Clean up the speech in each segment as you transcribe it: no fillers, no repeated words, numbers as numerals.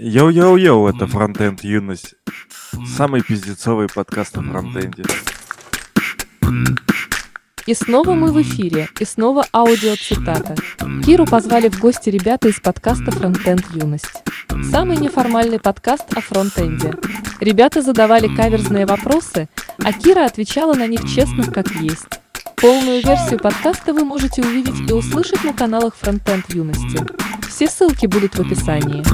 Йоу-йоу-йоу, это Фронтенд Юность. Самый пиздецовый подкаст о фронтенде. И снова мы в эфире, и снова аудиоцитата. Киру позвали в гости ребята из подкаста «Фронтенд Юность». Самый неформальный подкаст о фронтенде. Ребята задавали каверзные вопросы, а Кира отвечала на них честно, как есть. Полную версию подкаста вы можете увидеть и услышать на каналах «Фронтенд Юности». Все ссылки будут в описании.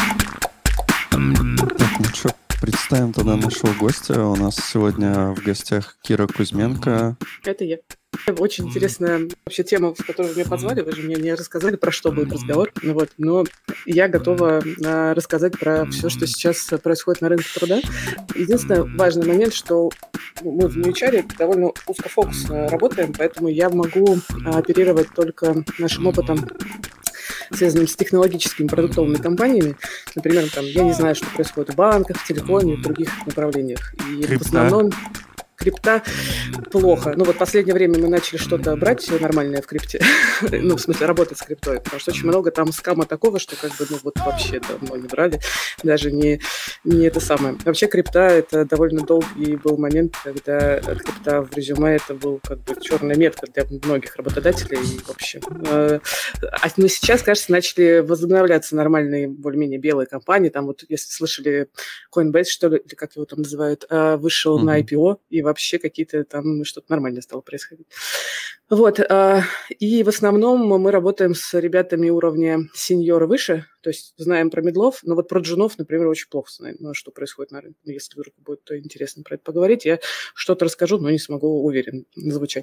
Так, ну что, представим тогда нашего гостя. У нас сегодня в гостях Кира Кузьменко. Это я. Очень интересная вообще тема, в которую вы меня позвали. Вы же мне не рассказали, про что будет разговор. Но я готова рассказать про все, что сейчас происходит на рынке труда. Единственный важный момент, что мы в NewHR довольно узкофокусно работаем, поэтому я могу оперировать только нашим опытом, связанным с технологическими продуктовыми компаниями. Например, я не знаю, что происходит в банках, в телекоме и в других направлениях. И в основном крипта плохо. В последнее время мы начали что-то брать нормальное в крипте. В смысле, работать с криптой. Потому что очень много там скама такого, что вообще давно не брали. Даже не это самое. Вообще крипта — это довольно долгий был момент, когда крипта в резюме это был черная метка для многих работодателей. И, в общем. Но сейчас, кажется, начали возобновляться нормальные, более-менее белые компании. Если слышали, Coinbase, что ли, или как его там называют, вышел на IPO, и вообще какие-то там что-то нормальное стало происходить. И в основном мы работаем с ребятами уровня сеньора выше, то есть знаем про медлов, но про джунов, например, очень плохо знаем, что происходит на рынке. Если вдруг будет то интересно про это поговорить, я что-то расскажу, но не смогу уверенно звучать.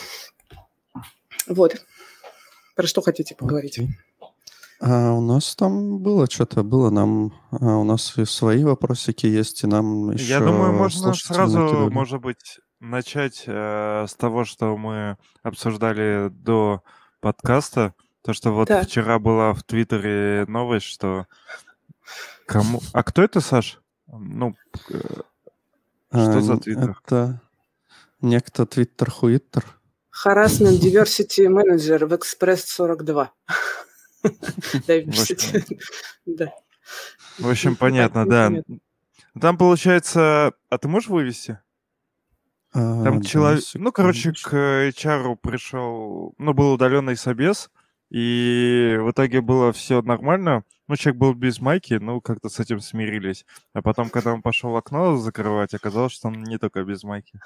Про что хотите поговорить? У нас там было нам у нас и свои вопросики есть, и нам еще... Я думаю, можно сразу, может быть, начать с того, что мы обсуждали до подкаста. То, что вчера была в Твиттере новость, что кому... А кто это, Саш? Что за Твиттер? Это некто Твиттер-хуиттер. Harassment Diversity Manager в Express 42. В общем, понятно, да. Там получается... А ты можешь вывести? Там человек... к HR пришел... был удаленный собес, и в итоге было все нормально. Человек был без майки, как-то с этим смирились. А потом, когда он пошел окно закрывать, оказалось, что он не только без майки.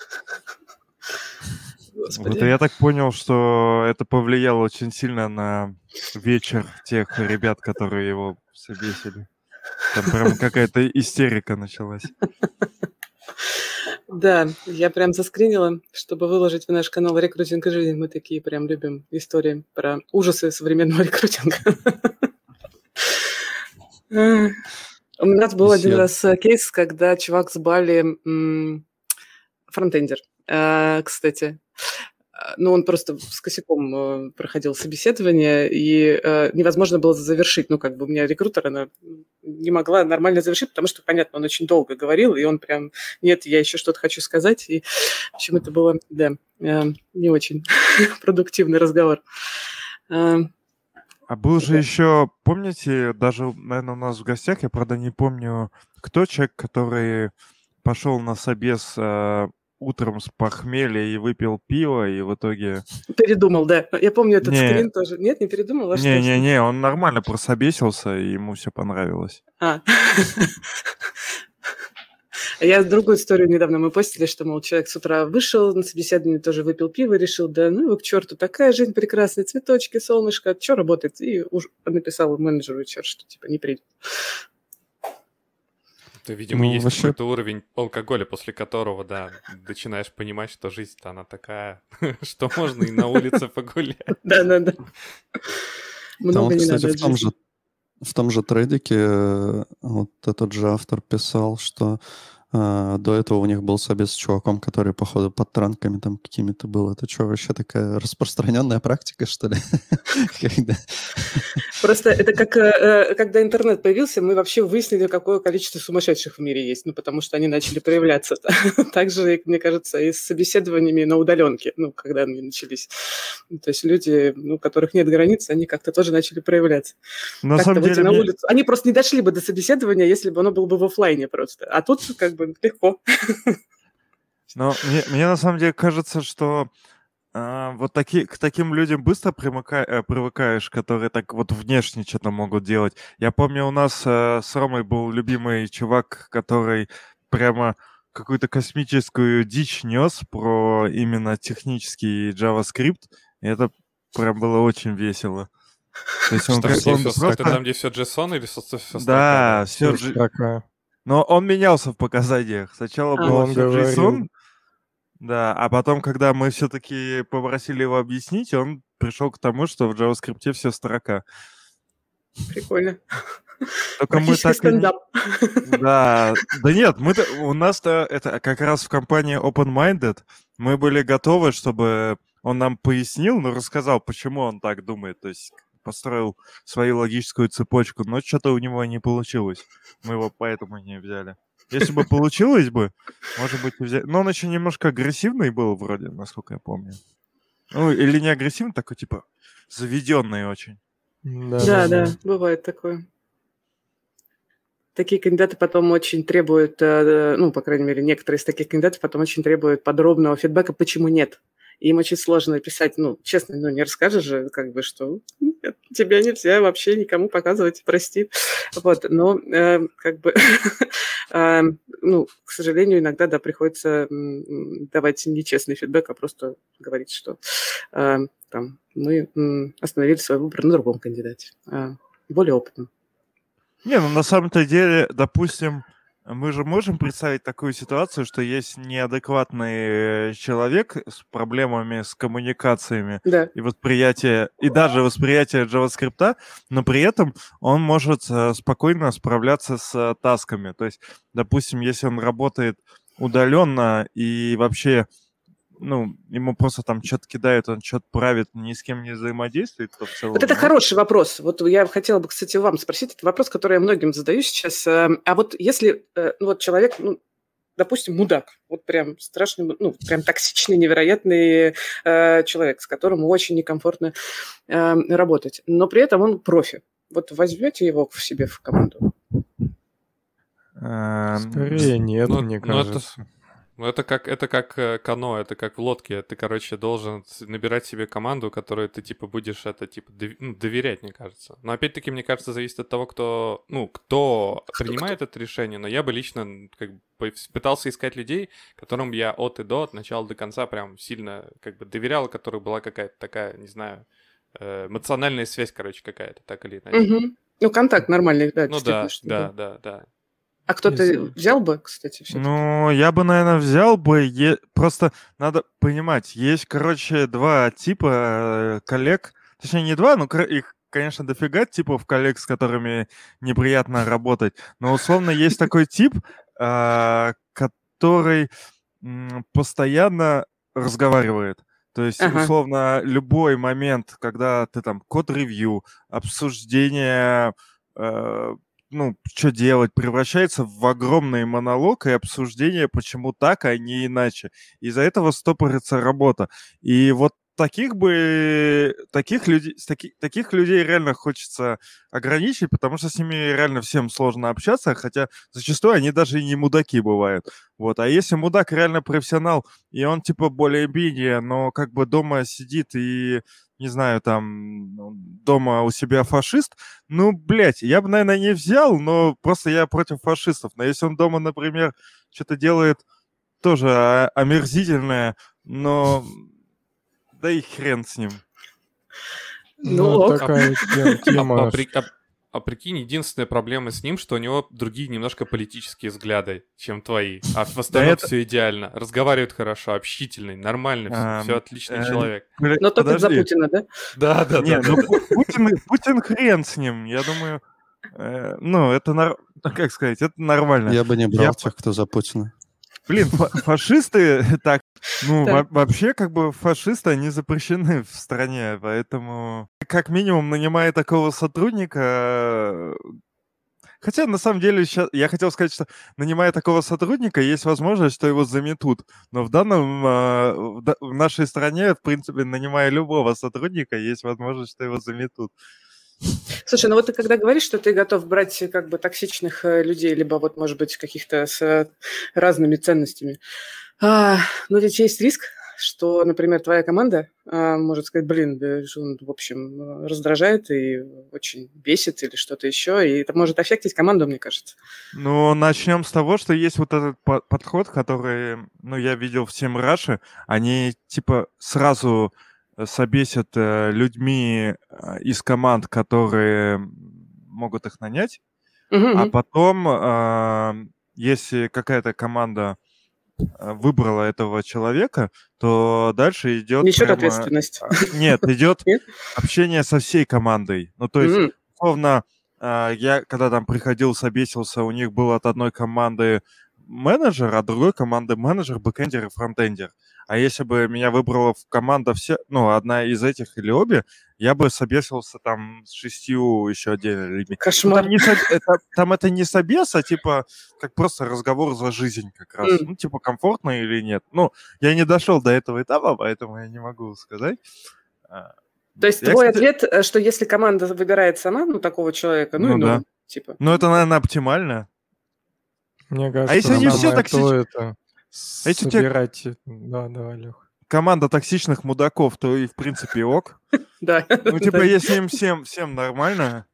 И я так понял, что это повлияло очень сильно на вечер тех ребят, которые его собесили. Там прям какая-то истерика началась. Да, я прям заскринила, чтобы выложить в наш канал «Рекрутинг и жизнь». Мы такие прям любим истории про ужасы современного рекрутинга. У нас был один раз кейс, когда чувак с Бали фронтендер, кстати. Он просто с косяком проходил собеседование, и невозможно было завершить. У меня рекрутер, она не могла нормально завершить, потому что, понятно, он очень долго говорил, и он прям, нет, я еще что-то хочу сказать. И, в общем, это было, не очень продуктивный разговор. А был же еще, помните, даже, наверное, у нас в гостях, я, правда, не помню, кто человек, который пошел на собес утром с похмелья и выпил пиво, и в итоге... Передумал, да. Я помню этот скрин тоже. Нет, не передумал? Не, он нормально прособесился, и ему все понравилось. Я другую историю недавно мы постили, что, человек с утра вышел на собеседование, тоже выпил пиво, решил, к черту, такая жизнь прекрасная, цветочки, солнышко, что работает? И написал менеджеру HR, что, не придет. Это, видимо, есть какой-то уровень алкоголя, после которого, начинаешь понимать, что жизнь-то она такая, что можно и на улице погулять. Да. Много не надо. В том же тредике этот же автор писал, что до этого у них был собес с чуваком, который, походу, под транками там какими-то был. Это что, вообще такая распространенная практика, что ли? Просто это как, когда интернет появился, мы вообще выяснили, какое количество сумасшедших в мире есть, потому что они начали проявляться. Так же, мне кажется, и с собеседованиями на удаленке, когда они начались. То есть люди, у которых нет границ, они как-то тоже начали проявляться. На самом деле... на улицу. Они просто не дошли бы до собеседования, если бы оно было бы в офлайне просто. А тут как бы легко. Но мне на самом деле кажется, что вот к таким людям быстро привыкаешь, которые так вот внешне что-то могут делать. Я помню, у нас с Ромой был любимый чувак, который прямо какую-то космическую дичь нес про именно технический JavaScript, и это прям было очень весело. То есть он просто... там, где все JSON или все строка? Да, все строка. Но он менялся в показаниях. Сначала было все JSON, да, а потом, когда мы все-таки попросили его объяснить, он пришел к тому, что в JavaScript все строка. Прикольно. Только мы так... стендап. Да, нет, у нас-то это как раз в компании Open-Minded мы были готовы, чтобы он нам пояснил, но рассказал, почему он так думает, то есть построил свою логическую цепочку, но что-то у него не получилось. Мы его поэтому не взяли. Если бы получилось бы, может быть, взяли. Но он еще немножко агрессивный был вроде, насколько я помню. Ну, или не агрессивный, такой, типа, заведенный очень. Да, бывает такое. Такие кандидаты потом очень требуют, по крайней мере, некоторые из таких кандидатов потом очень требуют подробного фидбэка, почему нет. Им очень сложно писать, честно, не расскажешь же, как бы, что нет, тебя нельзя вообще никому показывать, прости. Вот, но, как бы, к сожалению, иногда, да, приходится давать нечестный фидбэк, а просто говорить, что мы остановили свой выбор на другом кандидате, более опытном. Не, на самом-то деле, допустим, мы же можем представить такую ситуацию, что есть неадекватный человек с проблемами с коммуникациями и восприятие, и даже восприятие JavaScript, но при этом он может спокойно справляться с тасками. То есть, допустим, если он работает удаленно и вообще, ему просто там что-то кидают, он что-то правит, ни с кем не взаимодействует, то в целом... Вот это хороший вопрос. Вот я хотела бы, кстати, вам спросить. Это вопрос, который я многим задаю сейчас. А вот если человек, допустим, мудак, вот прям страшный, прям токсичный, невероятный человек, с которым очень некомфортно работать, но при этом он профи. Вот возьмете его в себе в команду? Скорее нет, мне кажется. Это как каноэ, это как в лодке. Ты, должен набирать себе команду, которой ты, будешь доверять, мне кажется. Но опять-таки, мне кажется, зависит от того, кто принимает это решение. Но я бы лично пытался искать людей, которым я от и до, от начала до конца прям сильно доверял, у которых была какая-то такая, не знаю, эмоциональная связь, какая-то, так или иначе. Контакт нормальный, да. Да. А кто-то взял бы, кстати, все-таки? Я бы, наверное, взял бы. Просто надо понимать, есть, два типа коллег. Точнее, не два, но их, конечно, дофига типов коллег, с которыми неприятно работать. Но, условно, есть такой тип, который постоянно разговаривает. То есть, условно, любой момент, когда ты там код-ревью, обсуждение... что делать, превращается в огромный монолог и обсуждение, почему так, а не иначе. Из-за этого стопорится работа. И вот таких людей реально хочется ограничить, потому что с ними реально всем сложно общаться, хотя зачастую они даже и не мудаки бывают. Вот. А если мудак реально профессионал, и он более-менее, но дома сидит и не знаю, там, дома у себя фашист, я бы, наверное, не взял, но просто я против фашистов. Но если он дома, например, что-то делает тоже омерзительное, но да и хрен с ним. Такая тема. А прикинь, единственная проблема с ним, что у него другие немножко политические взгляды, чем твои. А в остальном все идеально. Разговаривает хорошо, общительный, нормальный, все отличный человек. Но только за Путина, да? Да. Путин хрен с ним. Я думаю, это, это нормально. Я бы не брал тех, кто за Путина. Блин, фашисты, так, Ну, вообще, как бы фашисты, они запрещены в стране, поэтому как минимум нанимая такого сотрудника. Хотя, на самом деле, я хотел сказать, что нанимая такого сотрудника, есть возможность, что его заметут. Но в нашей стране, в принципе, нанимая любого сотрудника, есть возможность, что его заметут. Слушай, ну вот ты когда говоришь, что ты готов брать как бы токсичных людей, либо вот, может быть, каких-то с разными ценностями, ну ведь есть риск, что, например, твоя команда может сказать, блин, да, он, в общем, раздражает и очень бесит или что-то еще, и это может аффектить команду, мне кажется. Ну, начнем с того, что есть вот этот подход, который, я видел в Семраше, они, типа, сразу собесят людьми из команд, которые могут их нанять, а потом, если какая-то команда выбрала этого человека, то дальше идет... Несет ответственность. Нет, идет общение со всей командой. Ну, то есть, условно, я когда там приходил, собесился, у них был от одной команды менеджер, а от другой команды менеджер, бэкэндер и фронтендер. А если бы меня выбрала команда одна из этих или обе, я бы собесился там с 6 еще отдельно людьми. Кошмар. Там это не собес, а типа как просто разговор за жизнь как раз. Ну, типа комфортно или нет. Ну, я не дошел до этого этапа, поэтому я не могу сказать. То есть твой ответ, что если команда выбирает сама, такого человека, да. Типа. Ну, это, наверное, оптимально. Мне кажется, а если они все токсичны? Собирать... Да, давай, Лех. Команда токсичных мудаков, то и в принципе ок. Да. Ну, типа, если им всем нормально.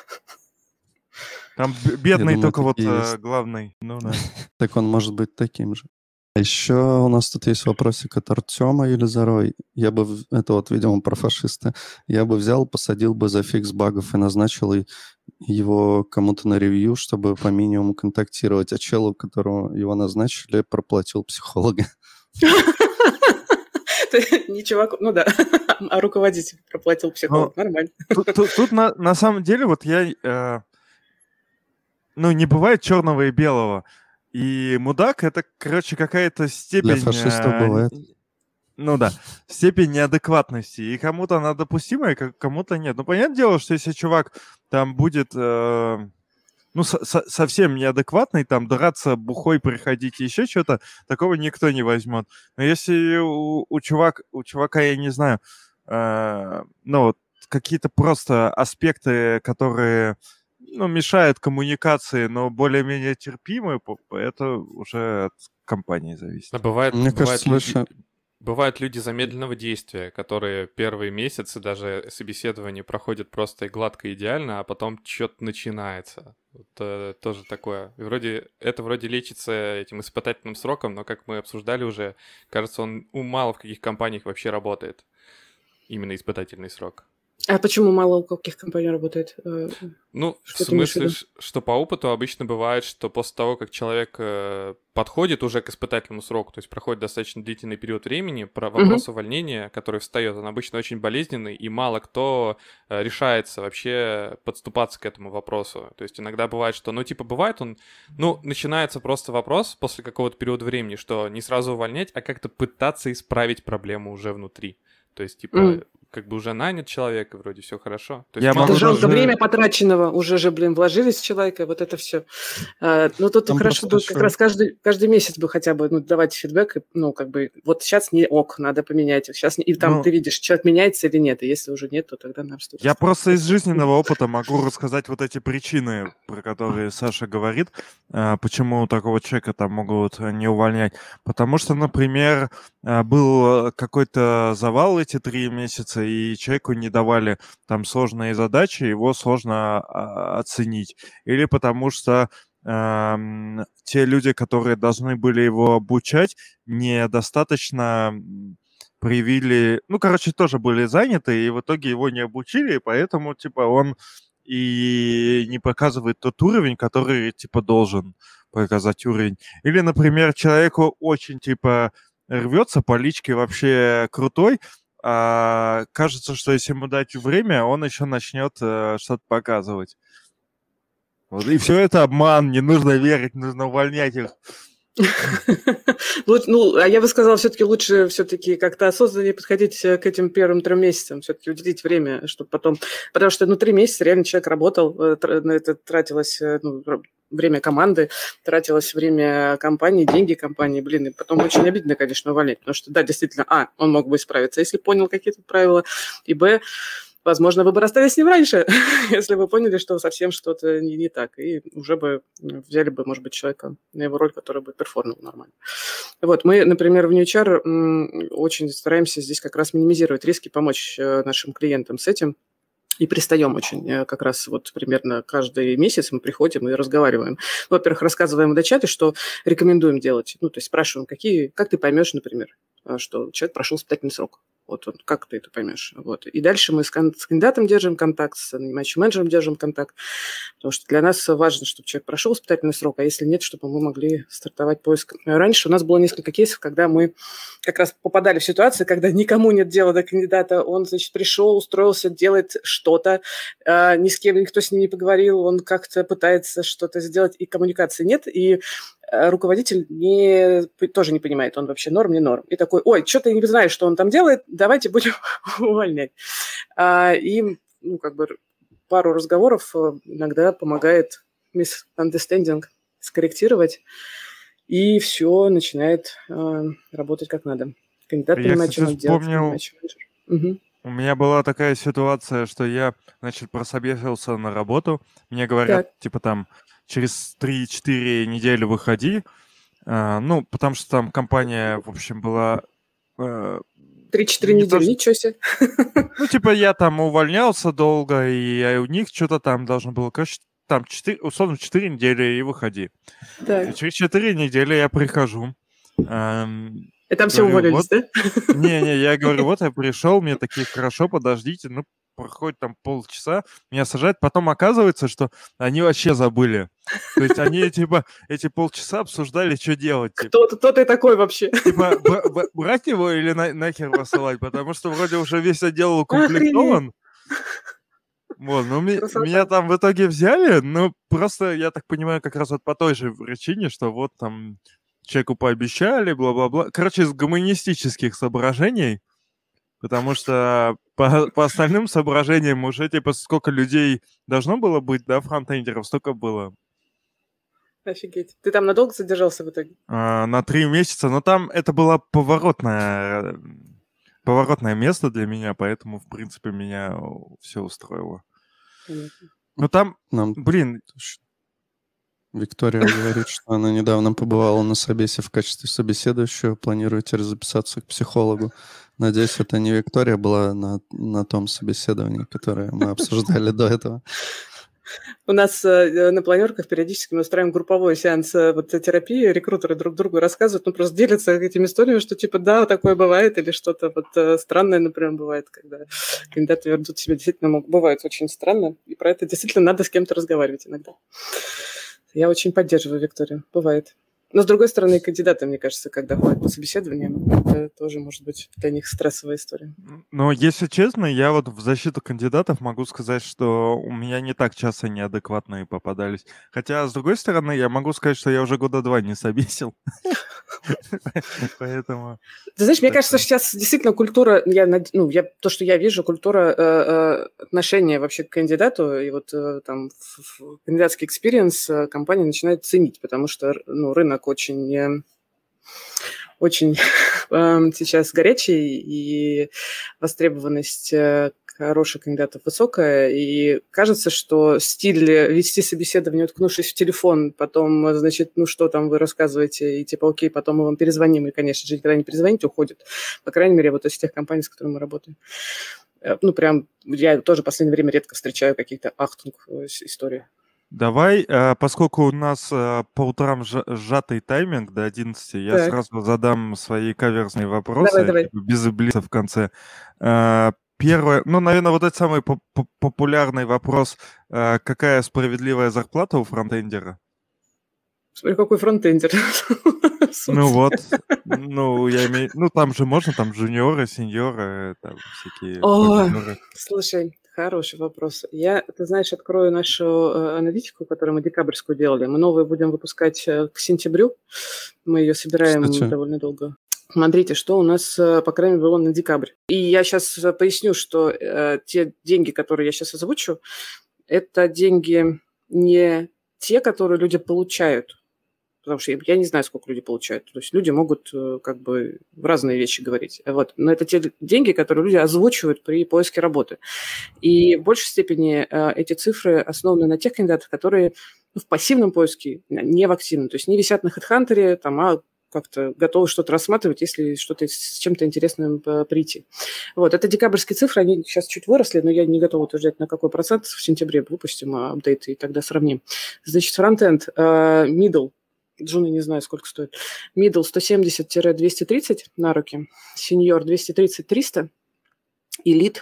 Там бедный только вот главный. Ну да. Так он может быть таким же. Еще у нас тут есть вопросик от Артема Елизарой. Я бы, это вот, видимо, про фашиста. Я бы взял, посадил бы за фикс багов и назначил его кому-то на ревью, чтобы по минимуму контактировать. А челу, которого его назначили, проплатил психолога. Не чувак, да. А руководитель проплатил психолога. Нормально. Тут на самом деле вот я... не бывает черного и белого. И мудак — это, короче, какая-то степень... Для фашистов бывает. Ну да, степень неадекватности. И кому-то она допустимая, кому-то нет. Ну, понятное дело, что если чувак там будет, совсем неадекватный, там, драться, бухой приходить и еще что-то, такого никто не возьмет. Но если у чувака, я не знаю, какие-то просто аспекты, которые... мешают коммуникации, но более-менее терпимые, это уже от компании зависит. А бывают люди замедленного действия, которые первые месяцы даже собеседование проходят просто и гладко, идеально, а потом что-то начинается. Вот, тоже такое. И это вроде лечится этим испытательным сроком, но, как мы обсуждали уже, кажется, он мало в каких компаниях вообще работает. Именно испытательный срок. А почему мало у каких компаний работает? В смысле, что по опыту обычно бывает, что после того, как человек подходит уже к испытательному сроку, то есть проходит достаточно длительный период времени, вопрос увольнения, который встает, он обычно очень болезненный, и мало кто решается вообще подступаться к этому вопросу. То есть иногда бывает, что, бывает он, начинается просто вопрос после какого-то периода времени, что не сразу увольнять, а как-то пытаться исправить проблему уже внутри. То есть, как бы уже нанят человек, и вроде все хорошо. То есть, это жалко время потраченного, уже же, вложились в человека, вот это все. Тут там хорошо бы как раз каждый месяц бы хотя бы давать фидбэк, вот сейчас не ок, надо поменять, сейчас и там ты видишь, человек меняется или нет, и если уже нет, то тогда надо что-то... Я просто из жизненного опыта могу рассказать вот эти причины, про которые Саша говорит, почему такого человека там могут не увольнять. Потому что, например, был какой-то завал эти 3 месяца, и человеку не давали там сложные задачи, его сложно оценить. Или потому что те люди, которые должны были его обучать, недостаточно проявили... тоже были заняты, и в итоге его не обучили, и поэтому, он и не показывает тот уровень, который, должен показать уровень. Или, например, человеку очень, рвется, по личке вообще крутой, а кажется, что если ему дать время, он еще начнет что-то показывать. Вот, и все это обман, не нужно верить, нужно увольнять их. Ну, а я бы сказала, все-таки лучше все-таки как-то осознаннее подходить к этим первым 3 месяцам, все-таки уделить время, чтобы потом... Потому что, 3 месяца реально человек работал, на это тратилось время команды, тратилось время компании, деньги компании, и потом очень обидно, конечно, увольнять, потому что, да, действительно, он мог бы исправиться, если понял какие-то правила, и, возможно, вы бы расстались с ним раньше, если бы поняли, что совсем что-то не так, и уже бы взяли бы, может быть, человека на его роль, который бы перформил нормально. Вот, мы, например, в New HR очень стараемся здесь как раз минимизировать риски, помочь нашим клиентам с этим, и пристаем очень. Как раз вот примерно каждый месяц мы приходим и разговариваем. Во-первых, рассказываем в дочате, что рекомендуем делать. То есть спрашиваем, как ты поймешь, например, что человек прошел испытательный срок. Вот как ты это поймешь? Вот. И дальше мы с кандидатом держим контакт, с нанимающим менеджером держим контакт, потому что для нас важно, чтобы человек прошел испытательный срок, а если нет, чтобы мы могли стартовать поиск. Раньше у нас было несколько кейсов, когда мы как раз попадали в ситуацию, когда никому нет дела до кандидата, он, пришел, устроился, делает что-то, ни с кем, никто с ним не поговорил, он как-то пытается что-то сделать, и коммуникации нет, и руководитель тоже не понимает, он вообще норм, не норм. И такой, ой, что-то я не знаю, что он там делает, давайте будем увольнять. И, пару разговоров иногда помогает misunderstanding скорректировать, и все начинает работать как надо. Кандидат понимает, что надо делать. Угу. У меня была такая ситуация, что я, прособесился на работу, мне говорят, через 3-4 недели выходи. Потому что там компания, в общем, была... 3-4 недели, ничего себе. Я там увольнялся долго, и у них что-то там должно было... Короче, там 4 недели и выходи. Так. И через 4 недели я прихожу. И там все уволились, да? Не, я говорю, я пришел, мне такие, хорошо, подождите, проходит там полчаса, меня сажают, потом оказывается, что они вообще забыли. То есть они, эти полчаса обсуждали, что делать. Кто ты такой вообще? Брать его или нахер посылать, потому что вроде уже весь отдел укомплектован. Вот, меня там в итоге взяли, просто, я так понимаю, как раз по той же причине, что там человеку пообещали, бла-бла-бла. Короче, из гуманистических соображений, потому что по остальным соображениям уже, сколько людей должно было быть, да, фронтендеров, столько было. Офигеть. Ты там надолго задержался в итоге? На 3 месяца, но там это было поворотное место для меня, поэтому, в принципе, меня все устроило. Но там, Виктория говорит, что она недавно побывала на собесе в качестве собеседующего, планирует теперь записаться к психологу. Надеюсь, это не Виктория была на том собеседовании, которое мы обсуждали до этого. У нас на планерках периодически мы устраиваем групповой сеанс терапии, рекрутеры друг другу рассказывают, просто делятся этими историями, что да, такое бывает, или что-то странное, например, бывает, когда кандидаты ведут себя действительно, бывает очень странно, и про это действительно надо с кем-то разговаривать иногда. Я очень поддерживаю Викторию, бывает. Но, с другой стороны, кандидаты, мне кажется, когда ходят по собеседованиям, это тоже может быть для них стрессовая история. Но, если честно, я в защиту кандидатов могу сказать, что у меня не так часто неадекватные попадались. Хотя, с другой стороны, я могу сказать, что я уже 2 года не собесил. Поэтому... Ты знаешь, мне кажется, сейчас действительно культура, то, что я вижу, культура отношения вообще к кандидату, и там кандидатский экспириенс компания начинает ценить, потому что рынок очень сейчас горячий, и востребованность хороших кандидатов высокая, и кажется, что стиль вести собеседование, уткнувшись в телефон, потом, что там вы рассказываете, и окей, потом мы вам перезвоним, и, конечно же, никогда не перезвоните, уходит. По крайней мере, из тех компаний, с которыми мы работаем. Прям я тоже в последнее время редко встречаю какие-то ахтунг-истории. Давай, поскольку у нас по утрам сжатый тайминг до 11, я сразу задам свои каверзные вопросы, давай. Без блица в конце. Первое, наверное, этот самый популярный вопрос. Какая справедливая зарплата у фронтендера? Смотри, какой фронтендер. Я имею... там же можно, там джуниоры, сеньоры, там всякие... Слушай, Хороший вопрос. Ты знаешь, открою нашу аналитику, которую мы декабрьскую делали. Мы новую будем выпускать к сентябрю. Мы ее собираем довольно долго. Смотрите, что у нас, по крайней мере, было на декабрь. И я сейчас поясню, что те деньги, которые я сейчас озвучу, это деньги не те, которые люди получают. Потому что я не знаю, сколько люди получают. То есть люди могут как бы разные вещи говорить. Вот. Но это те деньги, которые люди озвучивают при поиске работы. И в большей степени эти цифры основаны на тех кандидатах, которые в пассивном поиске, не в активном. То есть не висят на HeadHunter, там, а как-то готовы что-то рассматривать, если что-то с чем-то интересным прийти. Вот. Это декабрьские цифры, они сейчас чуть выросли, но я не готова утверждать, на какой процент. В сентябре выпустим апдейт и тогда сравним. Значит, фронтенд, middle, джуны не знаю, сколько стоит. Middle 170-230 на руки, senior 230-300, elite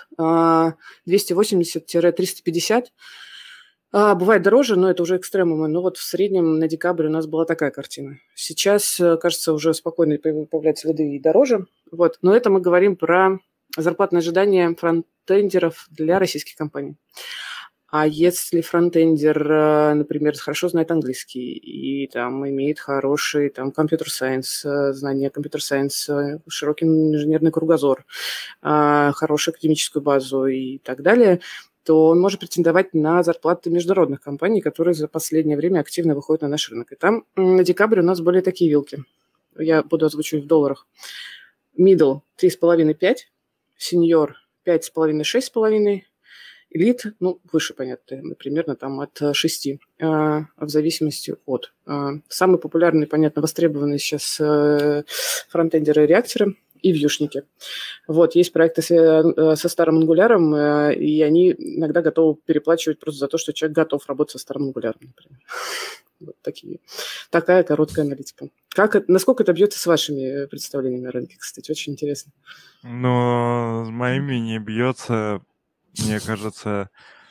280-350. Бывает дороже, но это уже экстремумы. Но вот в среднем на декабрь у нас была такая картина. Сейчас, кажется, уже спокойно появляются следы и дороже. Вот. Но это мы говорим про зарплатные ожидания фронтендеров для российских компаний. А если фронтендер, например, хорошо знает английский и там имеет хороший там компьютер-сайенс, знание компьютер-сайенс, широкий инженерный кругозор, хорошую академическую базу и так далее, то он может претендовать на зарплаты международных компаний, которые за последнее время активно выходят на наш рынок. И там на декабрь у нас были такие вилки. Я буду озвучивать в долларах. Middle 3,5-5, senior 5,5-6,5, элит, выше, понятно, примерно там от 6, в зависимости от. Самые популярные, понятно, востребованные сейчас фронтендеры и реакторы и вьюшники. Вот, есть проекты со старым ангуляром, и они иногда готовы переплачивать просто за то, что человек готов работать со старым ангуляром, например. Вот такая короткая аналитика. Насколько это бьется с вашими представлениями о рынке, кстати? Очень интересно. Но с моими не бьется, мне кажется.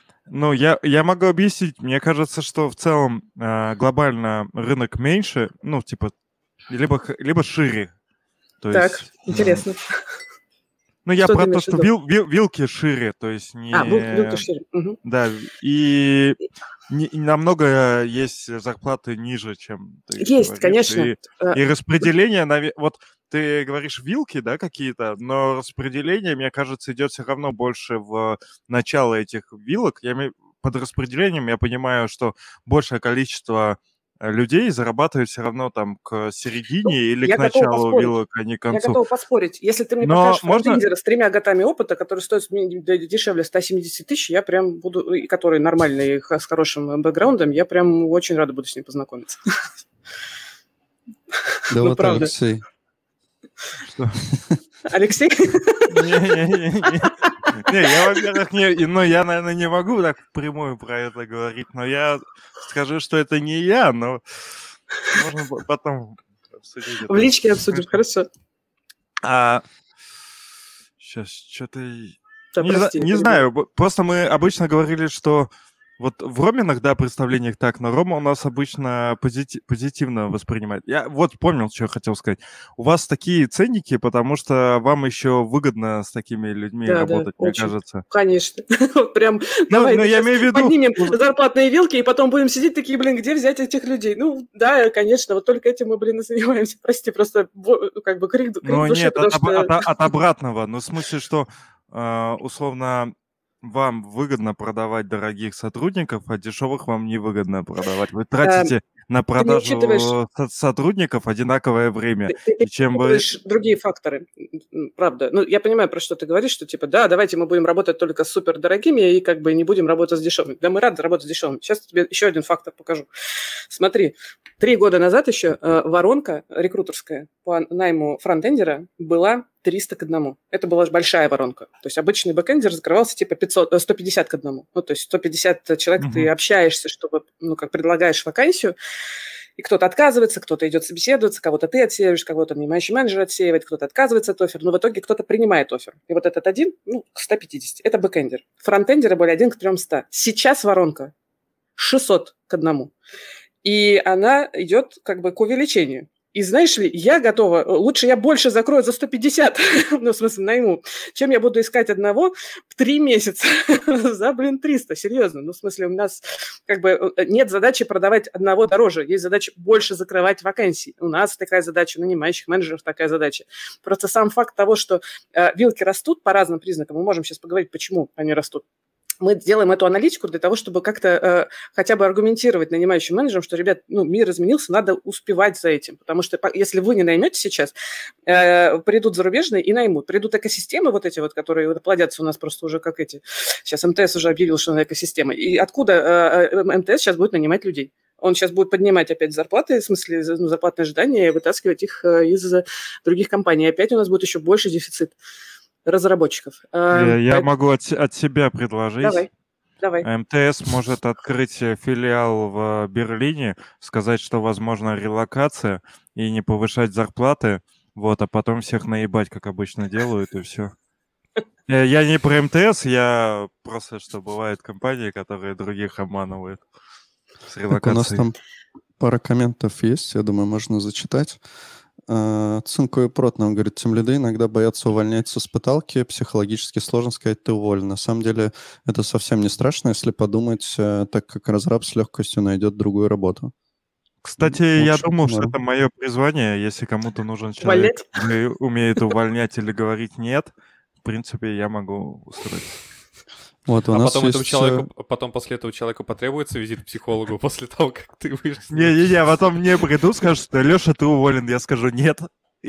Я могу объяснить. Мне кажется, что в целом глобально рынок меньше, либо шире. То так, есть, интересно. Я про то, что вилки шире, то есть не... вилки шире. Угу. Да, и намного есть зарплаты ниже, чем ты есть, говоришь. конечно. И распределение, вот ты говоришь вилки, да, какие-то, но распределение, мне кажется, идет все равно больше в начало этих вилок. Под распределением я понимаю, что большее количество людей зарабатывают все равно там к середине или к началу вилок, а не к концу. Я готова поспорить. Если ты мне покажешь фронтендера с 3 годами опыта, который стоит дешевле 170 тысяч, я прям буду, и который нормальный, с хорошим бэкграундом, я прям очень рада буду с ним познакомиться. Да вот правда. Алексей. Что? Алексей? Не, я, во-первых, я, наверное, не могу так впрямую про это говорить, но я скажу, что это не я, но можно потом обсудить это. В личке обсудим, хорошо. Сейчас, что-то... Не знаю, просто мы обычно говорили, что вот в Роминах, да, представлениях так, но Рома у нас обычно позитивно воспринимает. Я вот понял, что я хотел сказать. У вас такие ценники, потому что вам еще выгодно с такими людьми работать, мне кажется. Конечно. Прям давай поднимем зарплатные вилки, и потом будем сидеть такие, где взять этих людей? Да, конечно, вот только этим мы, и занимаемся. Прости, просто как бы крик души. Нет, от обратного. В смысле, что условно... Вам выгодно продавать дорогих сотрудников, а дешевых вам невыгодно продавать. Вы тратите на продажу сотрудников одинаковое время. Ты учитываешь другие факторы, правда. Я понимаю, про что ты говоришь, что давайте мы будем работать только с супердорогими и как бы не будем работать с дешевыми. Да, мы рады работать с дешевыми. Сейчас тебе еще один фактор покажу. Смотри, 3 года назад еще воронка рекрутерская по найму фронтендера была 300 к 1. Это была большая воронка. То есть обычный бэкэндер закрывался 150 к 1. То есть 150 человек ты общаешься, чтобы, как предлагаешь вакансию, и кто-то отказывается, кто-то идет собеседоваться, кого-то ты отсеиваешь, кого-то нанимающий менеджер отсеивает, кто-то отказывается от оффера, но в итоге кто-то принимает оффер. И вот этот один, к 150. Это бэкэндер. Фронтендеры были 1 к 300. Сейчас воронка 600 к 1. И она идет как бы к увеличению. И знаешь ли, я готова, лучше я больше закрою за 150, ну, в смысле, найму, чем я буду искать одного в 3 месяца за, 300, серьезно. Ну, в смысле, у нас как бы нет задачи продавать одного дороже, есть задача больше закрывать вакансий. У нас такая задача, у нанимающих менеджеров такая задача. Просто сам факт того, что вилки растут по разным признакам, мы можем сейчас поговорить, почему они растут. Мы делаем эту аналитику для того, чтобы как-то хотя бы аргументировать нанимающим менеджерам, что, ребят, мир изменился, надо успевать за этим. Потому что если вы не наймете сейчас, придут зарубежные и наймут. Придут экосистемы вот эти вот, которые плодятся у нас просто уже как эти. Сейчас МТС уже объявил, что она экосистема. И откуда МТС сейчас будет нанимать людей? Он сейчас будет поднимать опять зарплаты, в смысле зарплатные ожидания, и вытаскивать их из других компаний. И опять у нас будет еще больше дефицит разработчиков. Я могу от себя предложить. Давай. МТС может открыть филиал в Берлине, сказать, что возможна релокация и не повышать зарплаты, вот, а потом всех наебать, как обычно делают, и все. Я не про МТС, я просто, что бывают компании, которые других обманывают с релокацией. У нас там пара комментов есть, я думаю, можно зачитать. Цинко и Прот нам говорит, тимлиды иногда боятся увольнять с испыталки, психологически сложно сказать, ты уволен. На самом деле это совсем не страшно, если подумать, так как разраб с легкостью найдет другую работу. Кстати, я думал, что это мое призвание. Если кому-то нужен человек, который умеет увольнять или говорить «нет», в принципе, я могу устроить. Вот, потом после этого человеку потребуется визит к психологу после того, как ты вышел. Не-не-не, потом мне придут, скажут, что Леша, ты уволен. Я скажу нет.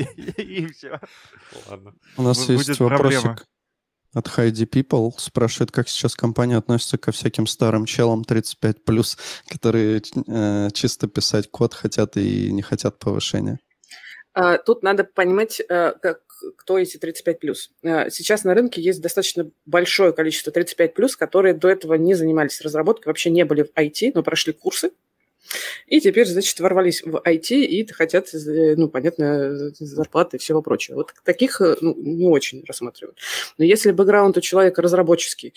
И все. Ладно. У нас есть вопросик от Heidi People. Спрашивает, как сейчас компания относится ко всяким старым челам 35+, которые чисто писать код хотят и не хотят повышения. Тут надо понимать, кто эти 35+. Сейчас на рынке есть достаточно большое количество 35+, которые до этого не занимались разработкой, вообще не были в IT, но прошли курсы. И теперь, значит, ворвались в IT и хотят, понятно, зарплаты и всего прочего. Вот таких не очень рассматривают. Но если бэкграунд у человека разработческий,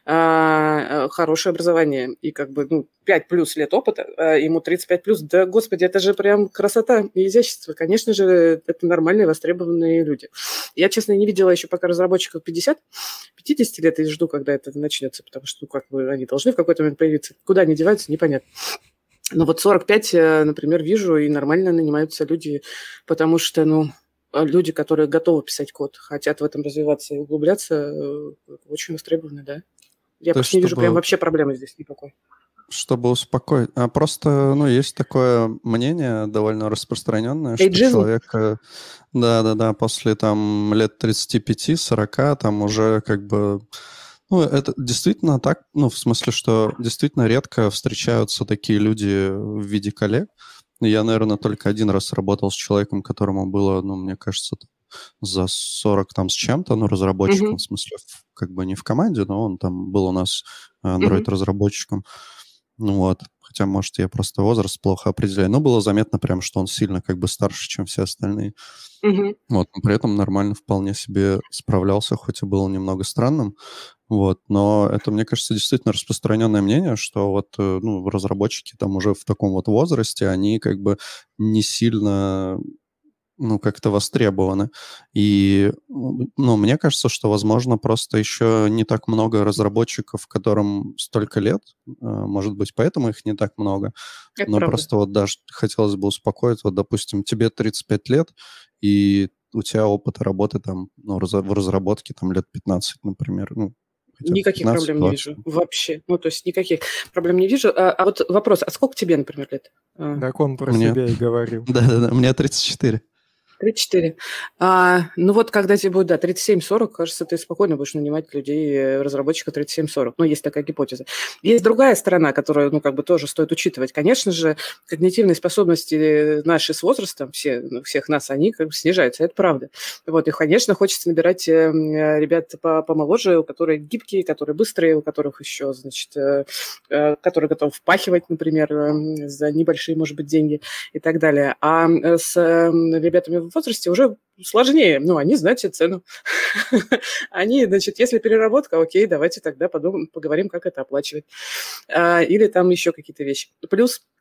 хорошее образование и 5+ лет опыта, ему 35+, да, господи, это же прям красота и изящество. Конечно же, это нормальные, востребованные люди. Я, честно, не видела еще пока разработчиков 50 лет и жду, когда это начнется, потому что, они должны в какой-то момент появиться. Куда они деваются, непонятно. Но вот 45, например, вижу, и нормально нанимаются люди, потому что, люди, которые готовы писать код, хотят в этом развиваться и углубляться, очень востребованы, да. Я просто не вижу прям вообще проблемы здесь никакой. Чтобы успокоить. Просто, есть такое мнение довольно распространенное, что человек, после лет 35-40, там уже это действительно так, в смысле, что действительно редко встречаются такие люди в виде коллег. Я, наверное, только один раз работал с человеком, которому было, мне кажется, за 40 там с чем-то, разработчиком, в смысле, не в команде, но он там был у нас Android-разработчиком. Хотя, может, я просто возраст плохо определяю. Но было заметно прям, что он сильно старше, чем все остальные. Но при этом нормально вполне себе справлялся, хоть и было немного странным. Но это, мне кажется, действительно распространенное мнение, что разработчики там уже в таком возрасте, они не сильно как-то востребованы. И, мне кажется, что, возможно, просто еще не так много разработчиков, которым столько лет. Может быть, поэтому их не так много. Это Но правда. просто даже хотелось бы успокоить. Допустим, тебе 35 лет, и у тебя опыта работы там, в разработке там лет 15, например. Никаких 15, проблем 20. Не вижу. Вообще. То есть никаких проблем не вижу. А вот вопрос, а сколько тебе, например, лет? Так он про себя и говорил. Да, мне 34. 34. Когда тебе будет, 37-40, кажется, ты спокойно будешь нанимать людей, разработчиков 37-40. Есть такая гипотеза. Есть другая сторона, которую, тоже стоит учитывать. Конечно же, когнитивные способности наши с возрастом, всех нас, они снижаются, это правда. И, конечно, хочется набирать ребят помоложе, которые гибкие, которые быстрые, у которых еще, которые готовы впахивать, например, за небольшие, может быть, деньги и так далее. А с ребятами в возрасте уже сложнее. Они знают себе цену. Они, если переработка, окей, давайте тогда поговорим, как это оплачивать. Или там еще какие-то вещи. Плюс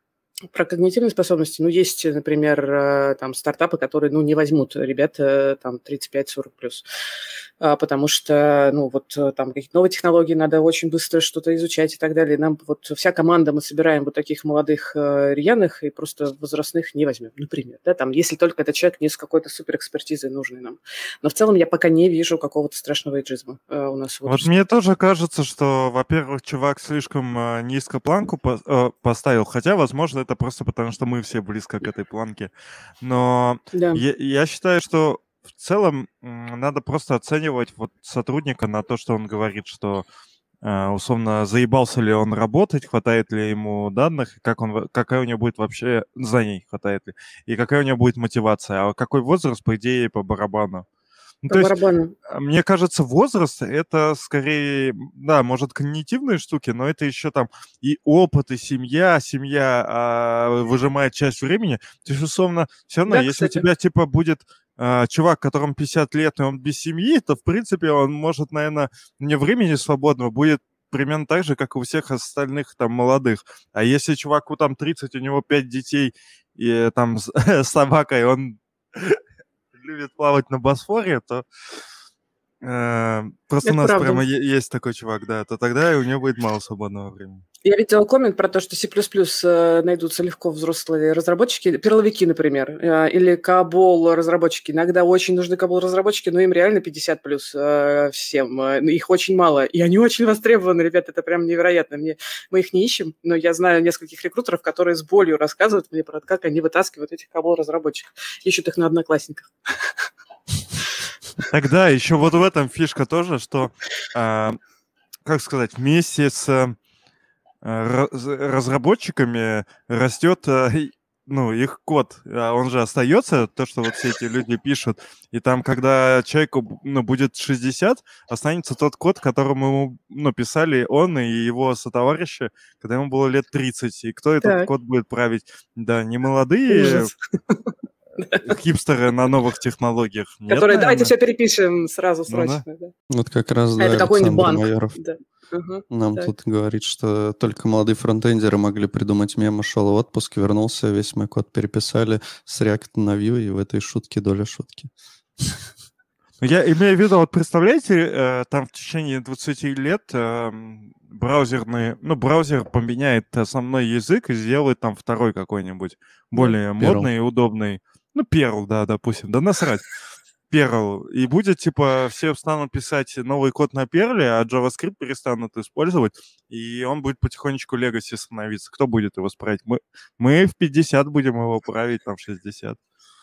Про когнитивные способности, есть, например, там стартапы, которые, не возьмут ребят там 35-40 плюс, потому что, там какие-то новые технологии, надо очень быстро что-то изучать и так далее. Нам вся команда, мы собираем вот таких молодых рьяных и просто возрастных не возьмем, например, да, там, если только этот человек не с какой-то суперэкспертизой нужный нам. Но в целом я пока не вижу какого-то страшного эйджизма у нас. Вот мне тоже кажется, что, во-первых, чувак слишком низко планку поставил, хотя, возможно, это просто потому, что мы все близко к этой планке. Но Да. я считаю, что в целом надо просто оценивать сотрудника на то, что он говорит, что условно заебался ли он работать, хватает ли ему данных, какая у него будет вообще знаний, хватает ли, и какая у него будет мотивация, а какой возраст, по идее, по барабану. По барабану. Мне кажется, возраст — это скорее, да, может, когнитивные штуки, но это еще там и опыт, и семья. Семья выжимает часть времени. То есть, условно, все равно, если у тебя, будет чувак, которому 50 лет, и он без семьи, то, в принципе, он может, наверное, мне времени свободного будет примерно так же, как у всех остальных там молодых. А если чуваку там 30, у него 5 детей, и там с собакой, он... любит плавать на Босфоре, то просто это у нас правда. Прямо есть такой чувак, да, то тогда у него будет мало свободного времени. Я видела коммент про то, что C++ найдутся легко взрослые разработчики, перловики, например, или COBOL разработчики. Иногда очень нужны COBOL разработчики, но им реально 50 плюс всем. Их очень мало, и они очень востребованы, ребят, это прям невероятно. Мы их не ищем, но я знаю нескольких рекрутеров, которые с болью рассказывают мне про то, как они вытаскивают этих COBOL разработчиков. Ищут их на Одноклассниках. Тогда еще в этом фишка тоже, что, как сказать, вместе с разработчиками растет, их код. Он же остается, то, что все эти люди пишут. И там, когда человеку будет 60, останется тот код, которому ему писали он и его сотоварищи, когда ему было лет 30. И кто этот код будет править? Да, не молодые... хипстеры на новых технологиях. Нет, которые, давайте все перепишем сразу, срочно. Да. Вот как раз, да, это какой-нибудь банк. Майоров нам тут говорит, что только молодые фронтендеры могли придумать мем, шел в отпуск, вернулся, весь мой код переписали с React на Vue, и в этой шутке доля шутки. Я имею в виду, представляете, там в течение 20 лет браузер поменяет основной язык и сделает там второй какой-нибудь, более модный и удобный. Perl, да, допустим, да насрать. Perl. И будет, все станут писать новый код на Perl, а JavaScript перестанут использовать, и он будет потихонечку legacy становиться. Кто будет его править? Мы в 50 будем его править, там, в 60.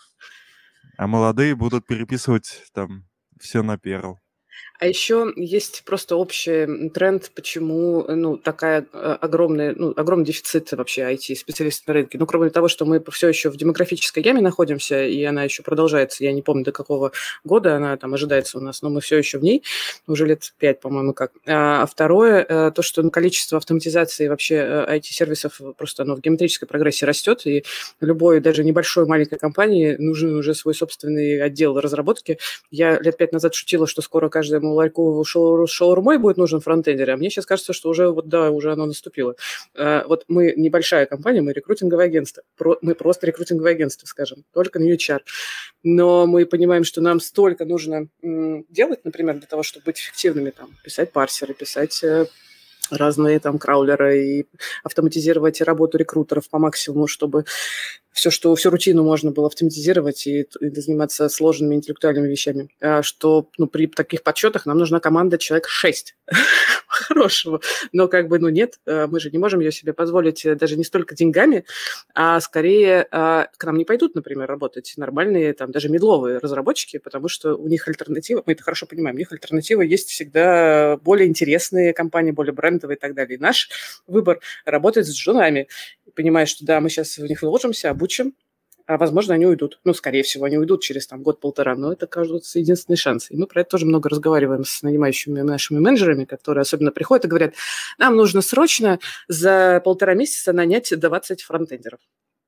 А молодые будут переписывать там все на Perl. А еще есть просто общий тренд, почему такая огромный дефицит вообще IT-специалистов на рынке. Кроме того, что мы все еще в демографической яме находимся, и она еще продолжается, я не помню, до какого года она там ожидается у нас, но мы все еще в ней, уже лет 5, по-моему, как. А второе, то, что количество автоматизации вообще IT-сервисов просто в геометрической прогрессии растет, и любой, даже небольшой маленькой компании нужен уже свой собственный отдел разработки. Я лет 5 назад шутила, что скоро каждому ларьку шаурмой будет нужен фронтендер, а мне сейчас кажется, что уже уже оно наступило. Мы небольшая компания, мы рекрутинговое агентство. Мы просто рекрутинговое агентство, скажем, только на HR. Но мы понимаем, что нам столько нужно делать, например, для того, чтобы быть эффективными, писать парсеры, писать разные краулеры и автоматизировать работу рекрутеров по максимуму, чтобы всю рутину можно было автоматизировать и заниматься сложными интеллектуальными вещами. Что при таких подсчетах нам нужна команда человек 6 хорошего. Но нет, мы же не можем ее себе позволить даже не столько деньгами, а скорее к нам не пойдут, например, работать нормальные, даже медловые разработчики, потому что у них альтернатива, мы это хорошо понимаем, у них альтернатива есть всегда более интересные компании, более брендовые и так далее. И наш выбор работать с джунами, понимая, что да, мы сейчас в них вложимся, обучим, а, возможно, они уйдут. Скорее всего, они уйдут через год-полтора, но это, кажется, единственный шанс. И мы про это тоже много разговариваем с нанимающими нашими менеджерами, которые особенно приходят и говорят, нам нужно срочно за 1,5 месяца нанять 20 фронтендеров.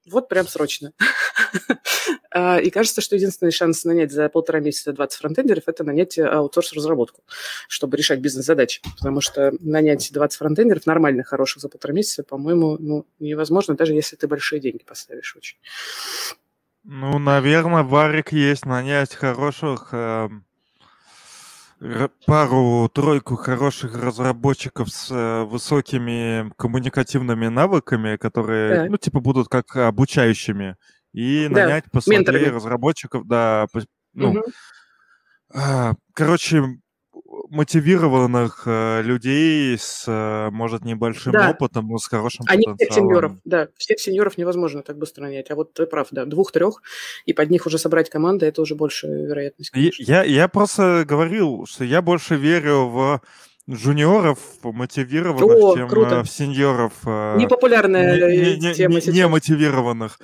Вот прям срочно. И кажется, что единственный шанс нанять за 1,5 месяца 20 фронтендеров – это нанять аутсорс-разработку, чтобы решать бизнес-задачи. Потому что нанять 20 фронтендеров нормальных, хороших за 1,5 месяца, по-моему, невозможно, даже если ты большие деньги поставишь очень. Ну, наверное, варик есть нанять хороших, пару-тройку хороших разработчиков с высокими коммуникативными навыками, которые, Так. будут как обучающими, и Да, нанять послабее менторами. разработчиков, да, Мгм. короче, мотивированных людей с, может, небольшим Да, опытом, но с хорошим а не всех сеньоров, потенциалом. да. Всех сеньоров невозможно так быстро нанять. А вот ты прав, да, 2-3, и под них уже собрать команду – это уже большая вероятность, конечно. Я просто говорил, что я больше верю в джуниоров, мотивированных, О, чем круто. в сеньоров Непопулярная тема не сейчас. мотивированных.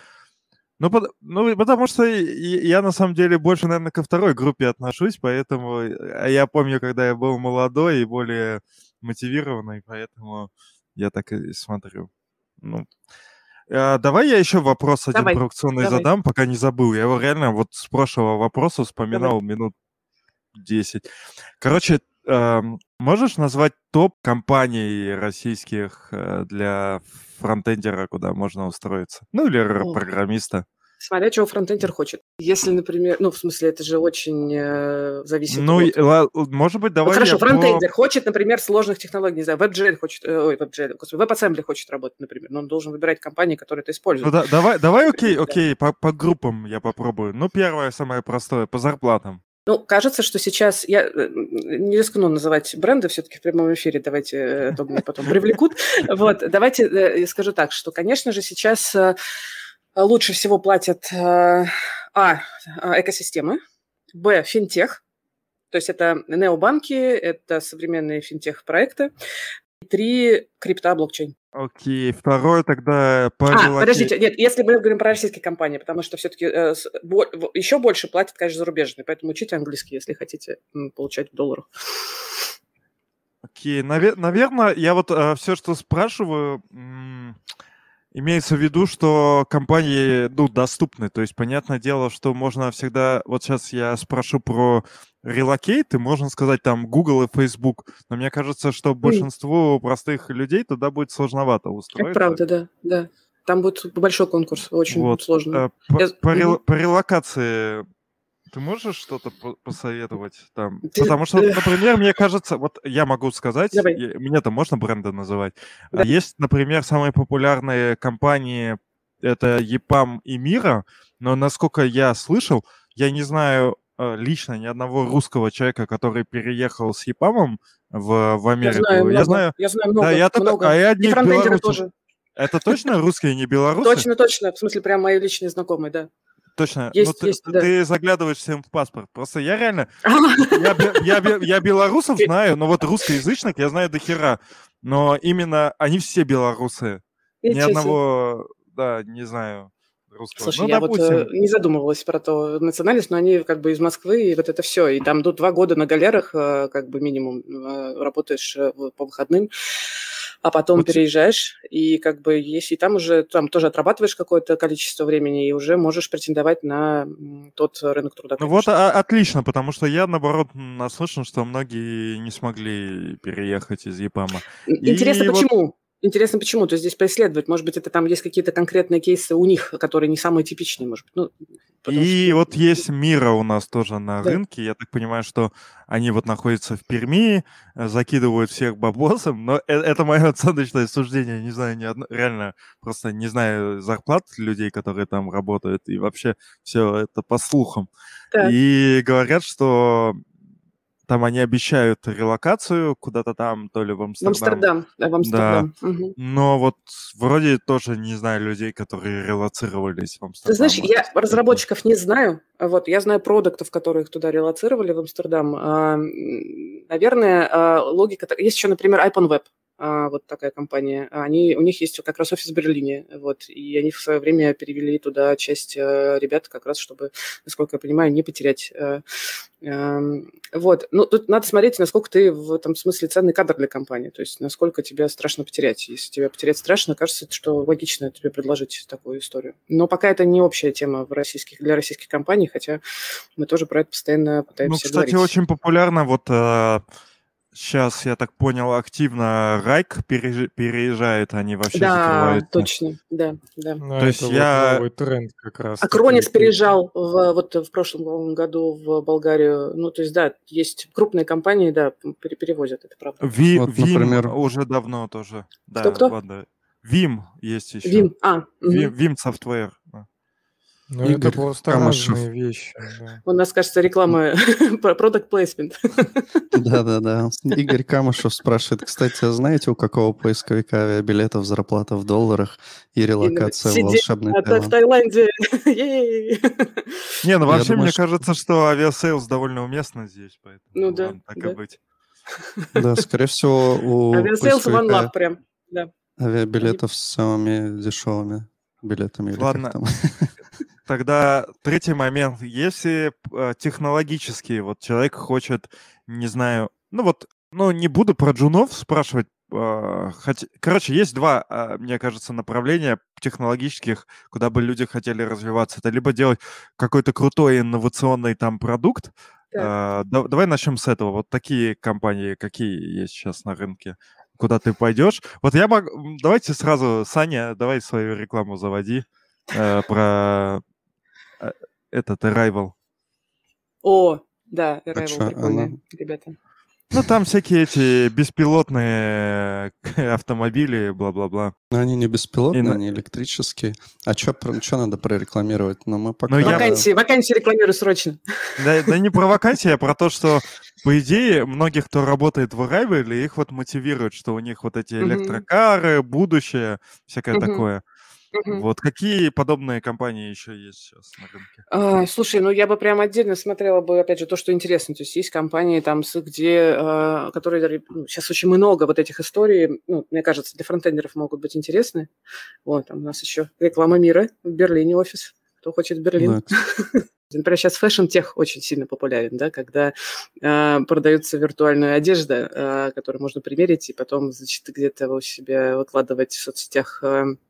Потому что я на самом деле больше, наверное, ко второй группе отношусь, поэтому я помню, когда я был молодой и более мотивированный, поэтому я так и смотрю. Ну, давай я еще вопрос один Давай, провокационный давай. задам, пока не забыл. Я его реально вот с прошлого вопроса вспоминал минут 10. Короче, можешь назвать топ компаний российских для фронтендера, куда можно устроиться? Ну, или программиста. Смотря чего фронтендер хочет. Если, например, в смысле, это же очень зависит Ну, от... может быть, давай хорошо, фронтендер хочет, например, сложных технологий, не знаю, WebGL хочет, WebAssembly хочет работать, например, но он должен выбирать компании, которые это используют. Ну, давай, окей, по группам я попробую. Ну, первое, самое простое, по зарплатам. Ну, кажется, что сейчас... Я не рискну называть бренды все-таки в прямом эфире, давайте, то меня потом привлекут. Вот, давайте я скажу так, что, конечно же, сейчас лучше всего платят экосистемы, финтех, то есть это необанки, это современные финтех-проекты, 3 крипта, блокчейн. Окей, второе тогда... Подождите, нет, если мы говорим про российские компании, потому что все-таки еще больше платят, конечно, зарубежные, поэтому учите английский, если хотите получать в долларах. Окей, наверное, я вот все, что спрашиваю, имеется в виду, что компании, доступны. То есть, понятное дело, что можно всегда... Вот сейчас я спрошу про релокейт, и можно сказать там Google и Facebook. Но мне кажется, что большинству простых людей туда будет сложновато устроиться. Это правда, да. Там будет большой конкурс, очень сложно. По релокации ты можешь что-то посоветовать там? Потому что, например, мне кажется, вот я могу сказать, мне-то можно бренды называть. Да. Есть, например, самые популярные компании, это EPAM и Mira, но насколько я слышал, я не знаю лично ни одного русского человека, который переехал с EPAM в Америку. Я знаю много. много. И фронтендеры тоже. Это точно русские, не белорусы? Точно. В смысле, прям мои личные знакомые, да. Точно. Есть, да. Ты заглядываешь всем в паспорт. Просто я реально... Я белорусов знаю, но вот русскоязычных я знаю до хера. Но именно они все белорусы. Ни одного, не знаю, русского. Слушай, я вот не задумывалась про то национальность, но они как бы из Москвы, и вот это все. И там 2 года на галерах как бы минимум работаешь по выходным. А потом переезжаешь, и как бы если там уже там тоже отрабатываешь какое-то количество времени, и уже можешь претендовать на тот рынок труда. Ну вот отлично, потому что я, наоборот, наслышан, что многие не смогли переехать из ЕПАМа. Интересно, почему? Интересно, почему? То есть здесь поисследовать, может быть, это там есть какие-то конкретные кейсы у них, которые не самые типичные, может быть. Вот есть Mira у нас тоже на рынке. Я так понимаю, что они вот находятся в Перми, закидывают всех бабосом, но это мое оценочное суждение. Не знаю, реально просто не знаю зарплат людей, которые там работают, и вообще все это по слухам. Так. И говорят, что там они обещают релокацию куда-то там, то ли в Амстердам. В Амстердам. Да. Угу. Но вот вроде тоже не знаю людей, которые релоцировались в Амстердам. Ты знаешь, я разработчиков не знаю. Вот, я знаю продуктов, которые их туда релоцировали, в Амстердам. Наверное, логика... Есть еще, например, IPONWeb. вот такая компания, у них есть как раз офис в Берлине, вот, и они в свое время перевели туда часть ребят как раз, чтобы, насколько я понимаю, не потерять. Вот, ну, тут надо смотреть, насколько ты в этом смысле ценный кадр для компании, то есть насколько тебя страшно потерять. Если тебя потерять страшно, кажется, что логично тебе предложить такую историю. Но пока это не общая тема для российских компаний, хотя мы тоже про это постоянно пытаемся говорить. Ну, кстати, очень популярно вот сейчас, я так понял, активно Райк переезжает, они вообще закрывают. Да, точно, да. То есть новый тренд как раз. Акронис переезжал в прошлом году в Болгарию. Ну, то есть, да, есть крупные компании, да, перевозят, это правда. Vim, например, уже давно тоже. Да, кто? Ладно. Vim есть еще. Vim Software. Ну, это просто разные вещи. Да. У нас, кажется, реклама product placement. Да. Игорь Камышев спрашивает, кстати, а знаете, у какого поисковика авиабилетов зарплата в долларах и релокация в волшебный Таиланд? В Таиланде. Не, ну вообще, мне кажется, что авиасейлс довольно уместно здесь, поэтому ну да, так и быть. Да, скорее всего, у авиасейлс one love прям, да. Авиабилетов с самыми дешевыми билетами. Ладно. Тогда третий момент. Если технологически вот человек хочет, не знаю, не буду про джунов спрашивать. Короче, есть два, мне кажется, направления технологических, куда бы люди хотели развиваться. Это либо делать какой-то крутой инновационный там продукт. Давай начнем с этого. Вот такие компании, какие есть сейчас на рынке, куда ты пойдешь. Вот я могу... Давайте сразу, Саня, давай свою рекламу заводи про... этот Arrival. О, да, Arrival прикольные ребята. Ну, там всякие эти беспилотные автомобили, бла-бла-бла. Но они не беспилотные, они электрические. А что надо прорекламировать? Но мы пока... Вакансии рекламирую срочно. Да не про вакансии, а про то, что, по идее, многих, кто работает в Arrival, их вот мотивирует, что у них вот эти электрокары, будущее, всякое такое. Вот которые подобные компании еще есть сейчас на рынке? Слушай, ну я бы прям отдельно смотрела бы, опять же, то, что интересно. То есть есть компании там, которые сейчас очень много вот этих историй, мне кажется, для фронтендеров могут быть интересны. Вот, там у нас еще реклама мира в Берлине офис. Кто хочет в Берлин? Например, сейчас фэшн-тех очень сильно популярен, да, когда продается виртуальная одежда, которую можно примерить и потом, значит, где-то у себя выкладывать в соцсетях.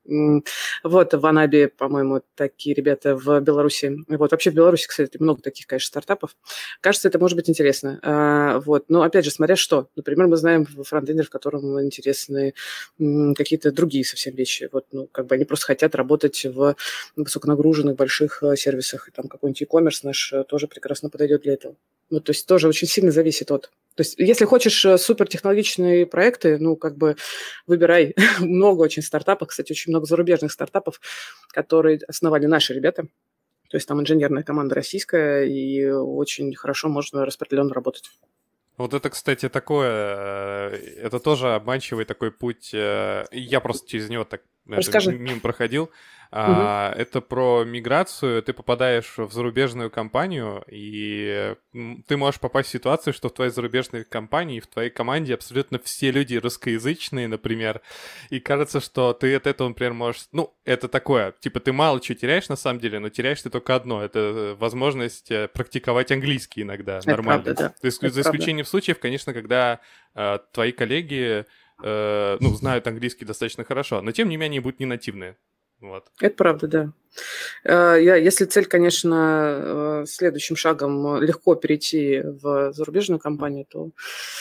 Вот в Анабе, по-моему, такие ребята в Беларуси. Вот вообще в Беларуси, кстати, много таких, конечно, стартапов. Кажется, это может быть интересно. Вот, но опять же, смотря что. Например, мы знаем фронтендеров, которым интересны какие-то другие совсем вещи. Вот, они просто хотят работать в высоконагруженных больших сервисах, и там какой-нибудь e-commerce наш тоже прекрасно подойдет для этого. То есть тоже очень сильно зависит от... То есть если хочешь супертехнологичные проекты, выбирай. Много очень стартапов, кстати, очень много зарубежных стартапов, которые основали наши ребята. То есть там инженерная команда российская, и очень хорошо можно распределенно работать. Вот это, кстати, такое, это тоже обманчивый такой путь. Я просто через него так мимо проходил. Это про миграцию. Ты попадаешь в зарубежную компанию, и ты можешь попасть в ситуацию, что в твоей зарубежной компании, в твоей команде абсолютно все люди русскоязычные, например, и кажется, что ты от этого, например, можешь... это такое, типа ты мало чего теряешь на самом деле, но теряешь ты только одно. Это возможность практиковать английский иногда нормально. Это правда, да. То есть за исключением случаев, конечно, когда твои коллеги знают английский достаточно хорошо, но тем не менее будут не нативные. Вот. Это правда, да. Если цель, конечно, следующим шагом легко перейти в зарубежную компанию, то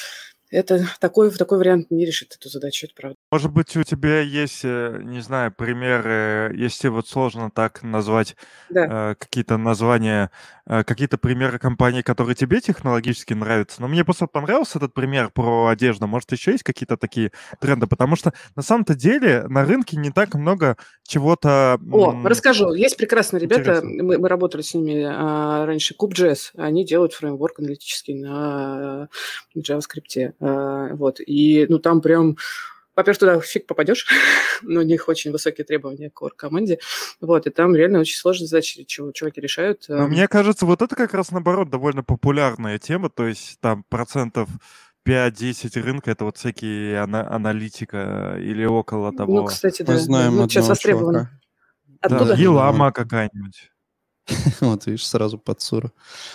такой вариант не решит эту задачу, это правда. Может быть, у тебя есть, не знаю, примеры, если вот сложно так назвать какие-то названия, какие-то примеры компаний, которые тебе технологически нравятся. Но мне просто понравился этот пример про одежду. Может, еще есть какие-то такие тренды? Потому что на самом-то деле на рынке не так много чего-то... Расскажу. Есть прекрасные ребята, мы работали с ними раньше, Kube.js. Они делают фреймворк аналитический на JavaScript. Вот. И там прям... Во-первых, туда фиг попадешь, но у них очень высокие требования к команде. Вот, и там реально очень сложные задачи чуваки решают. Но мне кажется, вот это как раз наоборот довольно популярная тема, то есть там 50% 5-10 рынка, это вот всякие аналитика или около Ну, того. кстати, Мы да. знаем Ну, сейчас одного востребовано. чувака. Да, Оттуда? Елама какая-нибудь. Вот, видишь, сразу Подсура.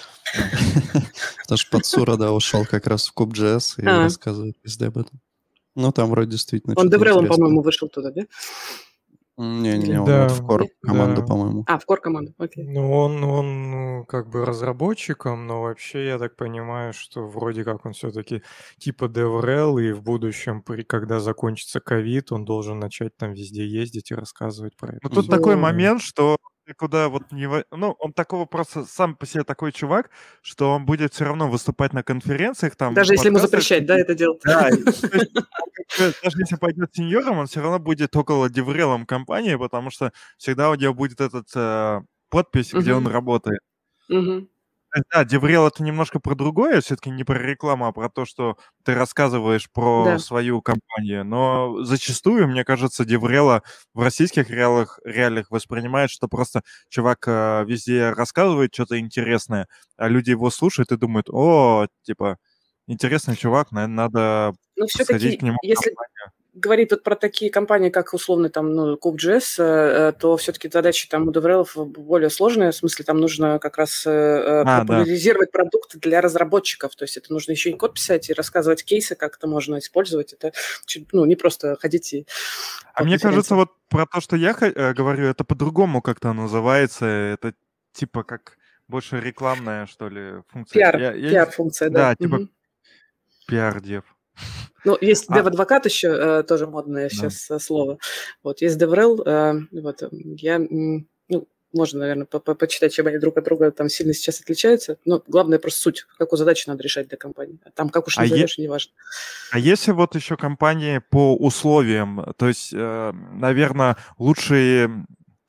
Потому что Подсура, да, ушел как раз в Куб.js и А. рассказывает везде об этом. Ну, там вроде действительно Он что-то Деврелом, интересное. по-моему, вышел туда, да? Не-не-не, он Да, вот в Core Нет? команду, да. по-моему. А, в Core команду, окей. Ну, он как бы разработчиком, но вообще я так понимаю, что вроде как он все-таки типа DevRel, и в будущем, когда закончится ковид, он должен начать там везде ездить и рассказывать про Ну, это. тут такой Во. момент, что ты куда вот не... Ну, он такого просто сам по себе такой чувак, что он будет все равно выступать на конференциях, там, Даже если ему подкастах. запрещать, да, это делать? Да, то есть, даже если пойдет сеньором, он все равно будет около деврелом компании, потому что всегда у него будет этот подпись, где он Мгм. работает. Мгм. Да, деврел это немножко про другое, все-таки не про рекламу, а про то, что ты рассказываешь про Да. свою компанию. Но зачастую, мне кажется, деврела в российских реалиях воспринимает, что просто чувак везде рассказывает что-то интересное, а люди его слушают и думают: о, типа, интересный чувак, наверное, надо Но сходить все-таки, к нему в если компанию. говорить вот про такие компании, как условно там, ну, Kub.js, то все-таки задачи там у DevRel более сложные. В смысле, там нужно как раз Да. популяризировать продукты для разработчиков. То есть это нужно еще и код писать и рассказывать кейсы, как это можно использовать. Это ну, не просто ходить и А по мне кажется, конференциям. вот про то, что я говорю, это по-другому как-то называется. Это типа как больше рекламная, что ли, функция. Пиар-функция, да. Да, типа Мгм. пиар-дев. Ну, есть А, dev-адвокат еще, тоже модное да. сейчас слово. Вот, есть DevRel. Вот, я, ну, можно, наверное, почитать, чем они друг от друга там сильно сейчас отличаются. Но главное просто суть, какую задачу надо решать для компании. Там как уж А назовешь, неважно. А если вот еще компании по условиям, то есть, наверное, лучшие,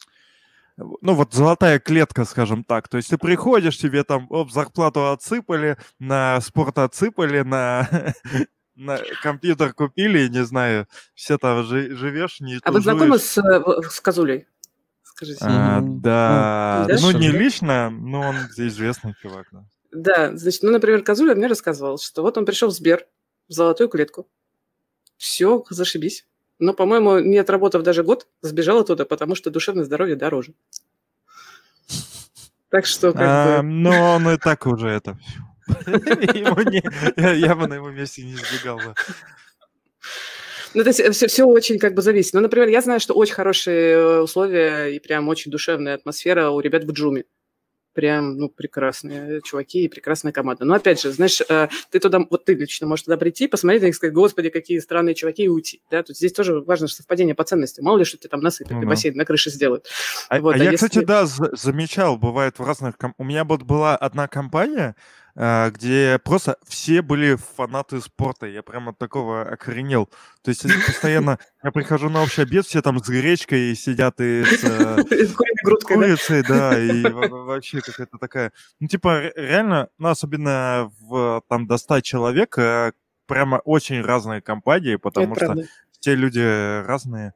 ну вот золотая клетка, скажем так. То есть ты приходишь, тебе там зарплату отсыпали, на спорт отсыпали, на на компьютер купили, не знаю, все там живешь, не А вы знакомы тужуешь. с Козулей? Скажите. Да, Да? ну не Да? лично, но он известный чувак, да. Да, значит, ну, например, Козуля мне рассказывал, что вот он пришел в Сбер, в золотую клетку. Все, зашибись. Но, по-моему, не отработав даже год, сбежал оттуда, потому что душевное здоровье дороже. Так что, как бы... Но он и так уже это... Я бы на его месте не сбегал бы. Ну, то есть все очень как бы зависит. Ну, например, я знаю, что очень хорошие условия и прям очень душевная атмосфера у ребят в Джуме. Прям, ну, прекрасные чуваки и прекрасная команда. Но, опять же, знаешь, ты туда, вот ты лично можешь туда прийти, посмотреть на них и сказать: господи, какие странные чуваки, и уйти. Да? Тут здесь тоже важно совпадение по ценностям. Мало ли, что тебе там насыпят, и бассейн на крыше сделают. Вот, я, кстати, да, замечал, бывает в разных... У меня вот была одна компания, где просто все были фанаты спорта. Я прям от такого охренел. То есть постоянно я прихожу на общий обед, все там с гречкой сидят и с курицей, да, и вообще какая-то такая... Ну, типа, реально, ну, особенно там до 100 человек, прямо очень разные компании, потому что те люди разные.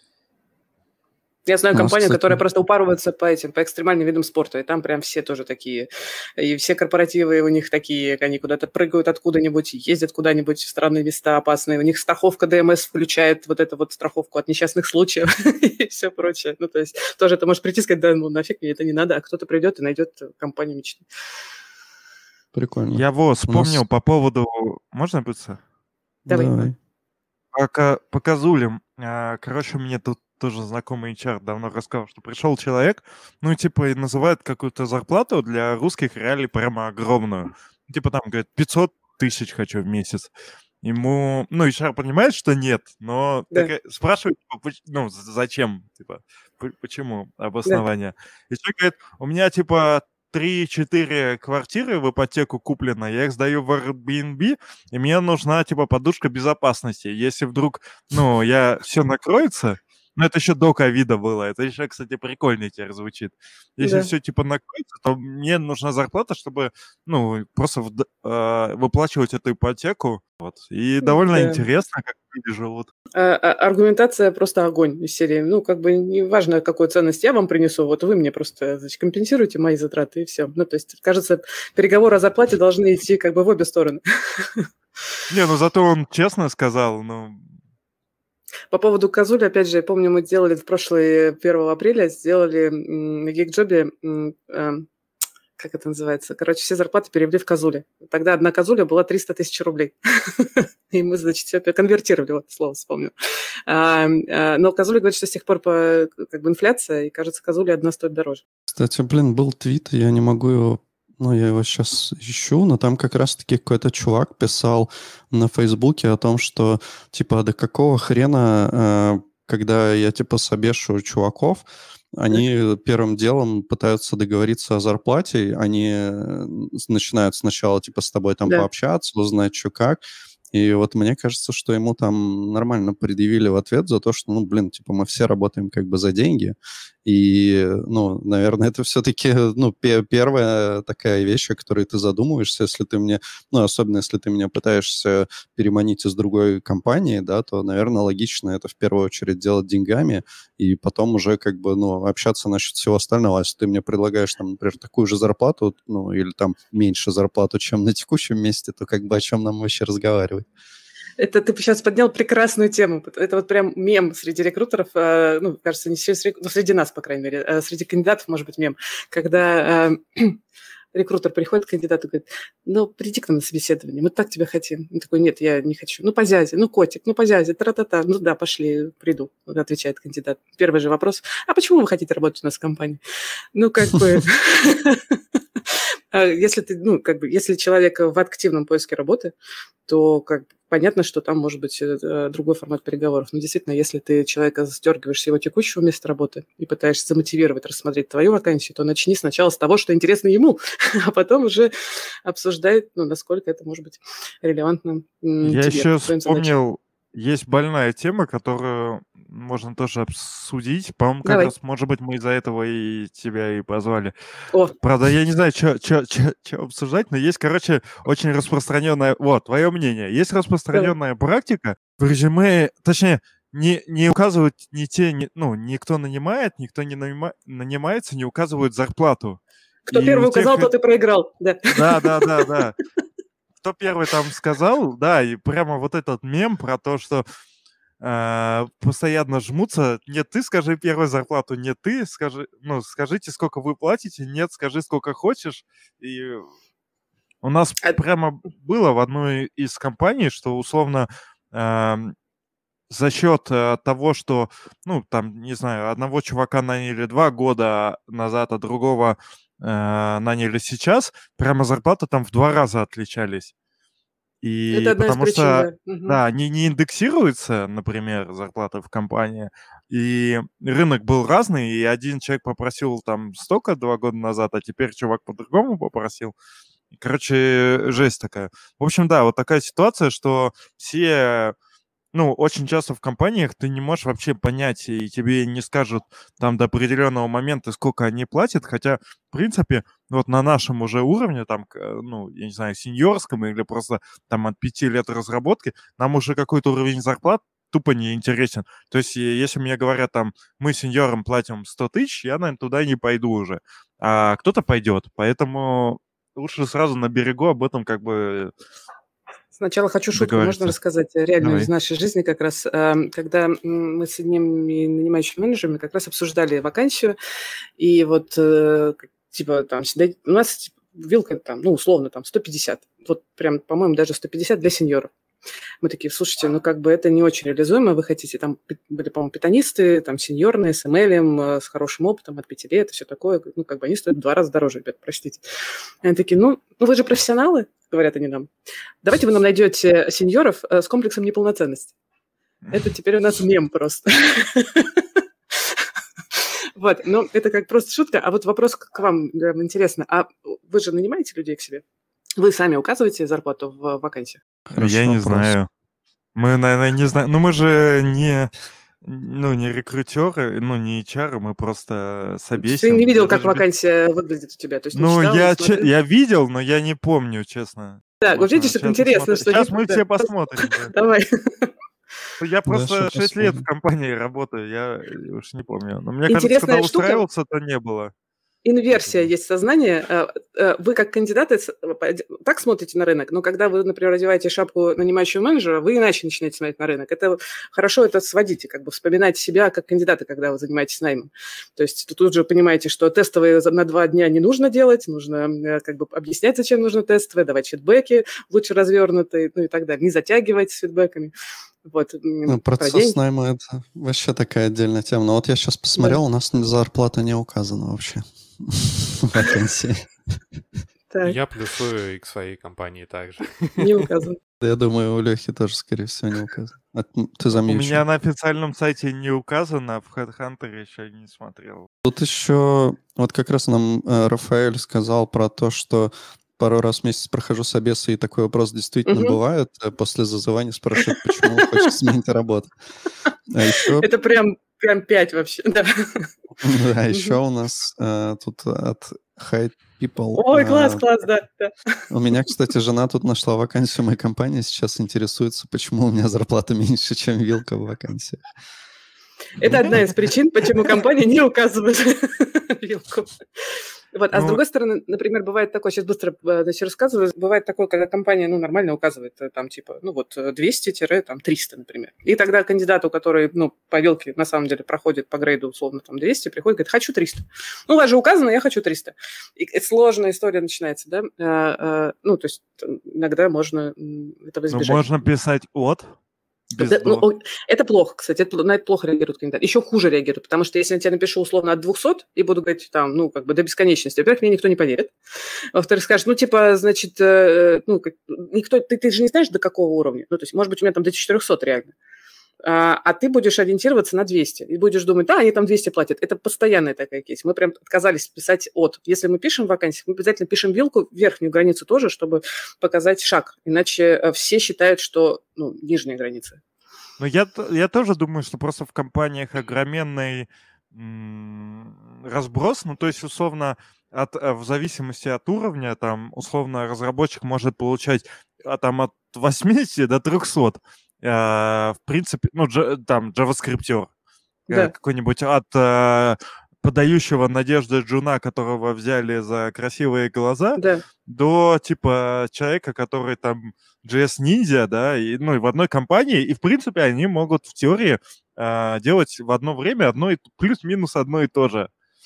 Я знаю компанию, которая просто упарывается по экстремальным видам спорта, и там прям все тоже такие. И все корпоративы у них такие, они куда-то прыгают откуда-нибудь, ездят куда-нибудь в странные места опасные. У них страховка ДМС включает вот эту вот страховку от несчастных случаев и все прочее. Ну, то есть тоже ты можешь прийти и сказать: да, ну нафиг мне это не надо, а кто-то придет и найдет компанию мечты. Прикольно. Я вспомнил по поводу... Можно быться? Давай. По Козулям. Короче, мне тут тоже знакомый HR давно рассказал, что пришел человек, ну, типа, и называет какую-то зарплату для русских реалий прямо огромную. Типа там, говорит, 500 тысяч хочу в месяц. Ему, ну, HR понимает, что нет, но спрашивает, ну, зачем, типа, почему, обоснование. И человек говорит: у меня, типа, 3-4 квартиры в ипотеку куплено, я их сдаю в Airbnb, и мне нужна, типа, подушка безопасности. Если вдруг, ну, все накроется, Ну, это еще до ковида было. Это еще, кстати, прикольнее теперь звучит. Если Да. все типа накроется, то мне нужна зарплата, чтобы, ну, просто выплачивать эту ипотеку. Вот. И довольно Да. интересно, как люди живут. Аргументация просто огонь из серии. Ну, как бы не важно, какую ценность я вам принесу, вот вы мне просто, значит, компенсируете мои затраты, и все. Ну, то есть, кажется, переговоры о зарплате должны идти как бы в обе стороны. Не, ну зато он честно сказал, ну... По поводу Козули, опять же, я помню, мы делали в прошлый 1 апреля, сделали на Гигджобе, как это называется, короче, все зарплаты перевели в Козули. Тогда одна Козуля была 300 тысяч рублей. И мы, значит, все конвертировали, вот слово вспомню. Но Козуля говорит, что с тех пор как бы инфляция, и, кажется, Козуля одна стоит дороже. Кстати, был твит, я не могу его... Ну, я его сейчас ищу, но там как раз-таки какой-то чувак писал на Фейсбуке о том, что, типа, до какого хрена, когда я, типа, собешу чуваков, они первым делом пытаются договориться о зарплате, они начинают сначала, типа, с тобой там пообщаться, узнать, что как. И вот мне кажется, что ему там нормально предъявили в ответ за то, что, ну, блин, типа, мы все работаем как бы за деньги. И, ну, наверное, это все-таки, ну, первая такая вещь, о которой ты задумываешься, если ты мне, ну, особенно если ты меня пытаешься переманить из другой компании, да, то, наверное, логично это в первую очередь делать деньгами, и потом уже как бы, ну, общаться насчет всего остального. Если ты мне предлагаешь, там, например, такую же зарплату, ну, или там меньше зарплату, чем на текущем месте, то как бы о чем нам вообще разговаривать? Это ты сейчас поднял прекрасную тему. Это вот прям мем среди рекрутеров, ну, кажется, не среди нас, по крайней мере, среди кандидатов, может быть, мем, когда рекрутер приходит к кандидату и говорит, ну, приди к нам на собеседование, мы так тебя хотим. Он такой, нет, я не хочу. Ну, по зязе, ну, котик, ну, по зязе, тра-та-та. Ну, да, пошли, приду, отвечает кандидат. Первый же вопрос, а почему вы хотите работать у нас в компании? Ну, как бы... Если ты, ну, как бы, если человек в активном поиске работы, то как бы понятно, что там может быть другой формат переговоров. Но действительно, если ты человека сдергиваешь с его текущего места работы и пытаешься замотивировать, рассмотреть твою вакансию, то начни сначала с того, что интересно ему, а потом уже обсуждай, ну, насколько это может быть релевантно Я тебе. еще вспомнил, есть больная тема, которую можно тоже обсудить. По-моему, как раз, может быть, мы из-за этого и тебя и позвали. Правда, я не знаю, что обсуждать, но есть, короче, очень распространенная... Вот, твое мнение. Есть распространенная практика в резюме, точнее, не указывают никто нанимает, никто не нанимается, не указывают зарплату. Кто первый указал, тот и проиграл. Да. Кто первый там сказал, да, и прямо вот этот мем про то, что постоянно жмутся. Нет, ты скажи первую зарплату, нет, ты скажите, сколько вы платите, нет, скажи, сколько хочешь. И у нас прямо было в одной из компаний, что условно за счет того, что, ну, там, не знаю, одного чувака наняли 2 года назад, а другого наняли сейчас, прямо зарплаты там в 2 раза отличались. И это одна потому из причин, что, да, не индексируется, например, зарплата в компании, и рынок был разный, и один человек попросил там столько 2 года назад, а теперь чувак по-другому попросил. Короче, жесть такая. В общем, да, вот такая ситуация, что все... Ну, очень часто в компаниях ты не можешь вообще понять, и тебе не скажут там до определенного момента, сколько они платят, хотя, в принципе, вот на нашем уже уровне, там, ну, я не знаю, сеньорском или просто там от 5 лет разработки, нам уже какой-то уровень зарплат тупо не интересен. То есть, если мне говорят там, мы сеньорам платим 100 тысяч, я, наверное, туда не пойду уже. А кто-то пойдет, поэтому лучше сразу на берегу об этом как бы... Сначала хочу шутку, можно рассказать реальную из нашей жизни как раз. Когда мы с одними нанимающими менеджерами как раз обсуждали вакансию, и вот типа там у нас вилка там, ну, условно, там 150. Вот прям, по-моему, даже 150 для сеньоров. Мы такие, слушайте, ну, как бы это не очень реализуемо, вы хотите, там были, по-моему, питонисты, там, сеньорные, с ML, с хорошим опытом от 5 лет и все такое, ну, как бы они стоят в 2 раза дороже, ребят, простите. И они такие, ну, вы же профессионалы, говорят они нам, давайте вы нам найдете сеньоров с комплексом неполноценности. Это теперь у нас мем просто. Вот, ну, это как просто шутка, а вот вопрос к вам, интересно, а вы же нанимаете людей к себе? Вы сами указываете зарплату в вакансии? Я не знаю. Мы, наверное, не знаем. Ну, мы же не ну, не рекрутеры, ну, не HR, мы просто Ты не собесим. видел, Я как даже вакансия выглядит у тебя? То есть не Ну, читал, не смотрел? я видел, но я не помню, честно. Да, вот видишь, это интересно, что... Сейчас мы все посмотрим, да. Давай. Ну, я просто Даша, 6 лет в посмотрим. компании работаю, я уж не помню. Но мне кажется, когда Интересная штука. устраивался, то не было. Инверсия есть сознание. Вы как кандидаты так смотрите на рынок, но когда вы, например, одеваете шапку нанимающего менеджера, вы иначе начинаете смотреть на рынок. Это хорошо, это сводите, как бы вспоминайте себя как кандидата, когда вы занимаетесь наймом. То есть тут же понимаете, что тестовые на 2 дня не нужно делать, нужно как бы объяснять, зачем нужно тестовые, давать фидбэки лучше развернутые, ну и так далее. Не затягивать с фидбэками. Вот, процесс найма — это вообще такая отдельная тема. Но вот я сейчас посмотрел, у нас зарплата не указана вообще. Вакансии. Я плюсую и к своей компании также. Не указан. Я думаю, у Лехи тоже, скорее всего, не указан. Ты У замьючен. меня на официальном сайте не указано, а в HeadHunter еще не смотрел. Тут еще, вот как раз нам Рафаэль сказал про то, что пару раз в месяц прохожу собесы, и такой вопрос действительно бывает. После зазывания спрашивают, почему хочешь сменить работу. А еще... Это прям 5 вообще, да. Да, еще у нас тут от Hide People. Ой, класс, да. У меня, кстати, жена тут нашла вакансию в моей компании, сейчас интересуется, почему у меня зарплата меньше, чем вилка в вакансиях. Это одна из причин, почему компания не указывает вилку. Вот. А с другой стороны, например, бывает такое, сейчас быстро рассказываю, бывает такое, когда компания нормально указывает там типа, 200-300, например. И тогда кандидату, который, по вилке на самом деле проходит по грейду условно там 200, приходит, говорит, хочу 300. У вас же указано, я хочу 300. И сложная история начинается, да? То есть иногда можно этого избежать. Можно писать от. Это плохо, кстати, на это плохо реагируют кандидаты. Еще хуже реагируют, потому что если я тебе напишу условно от 200 и буду говорить там, до бесконечности, во-первых, мне никто не поверит. Во-вторых, скажет, значит, никто, ты же не знаешь, до какого уровня. То есть, может быть, у меня там до 400 реально. А ты будешь ориентироваться на 200 и будешь думать, да, они там 200 платят. Это постоянная такая кейс. Мы прям отказались писать от. Если мы пишем вакансии, мы обязательно пишем вилку, верхнюю границу тоже, чтобы показать шаг. Иначе все считают, что, нижняя граница. Но я тоже думаю, что просто в компаниях огроменный разброс. То есть, условно, в зависимости от уровня, там, условно, разработчик может получать от 80 до 300. В принципе, там, JavaScript, да. Какой-нибудь от подающего надежды джуна, которого взяли за красивые глаза, да. до, типа, человека, который там JS-ниндзя, да, и в одной компании, и, в принципе, они могут в теории делать в одно время плюс-минус одно и то же.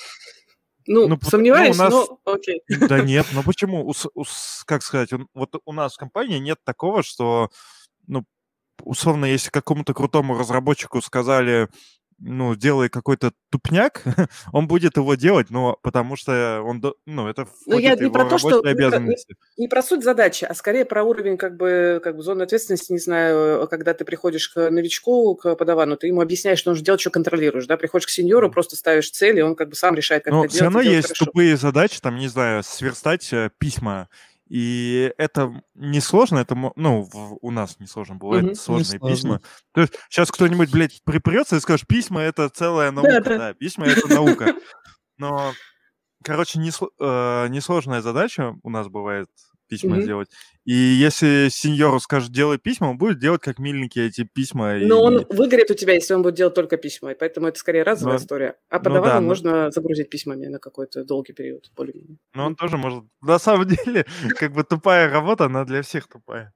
Сомневаюсь, но окей. Да нет, почему? Как сказать, вот у нас в компании нет такого, что, условно, если какому-то крутому разработчику сказали, делай какой-то тупняк, он будет его делать, потому что он, это входит в его рабочие обязанности. Не про суть задачи, а скорее про уровень как бы зоны ответственности, не знаю, когда ты приходишь к новичку, к подавану, ты ему объясняешь, что он же делает, что контролируешь, да, приходишь к сеньору, просто ставишь цели, он как бы сам решает, как это делать. Но все равно есть тупые задачи, там, не знаю, сверстать письма. И это несложно, это, у нас несложно, бывают сложные письма. То есть сейчас кто-нибудь, блядь, припрется и скажет, письма — это целая наука. Да, письма — это наука. Но, короче, несложная задача у нас бывает письма сделать. И если сеньору скажет, делай письма, он будет делать как миленькие эти письма. Но он выгорит у тебя, если он будет делать только письма, и поэтому это скорее разовая история. А подавану можно загрузить письмами на какой-то долгий период, более-менее. Но он тоже может... На самом деле, как бы тупая работа, она для всех тупая.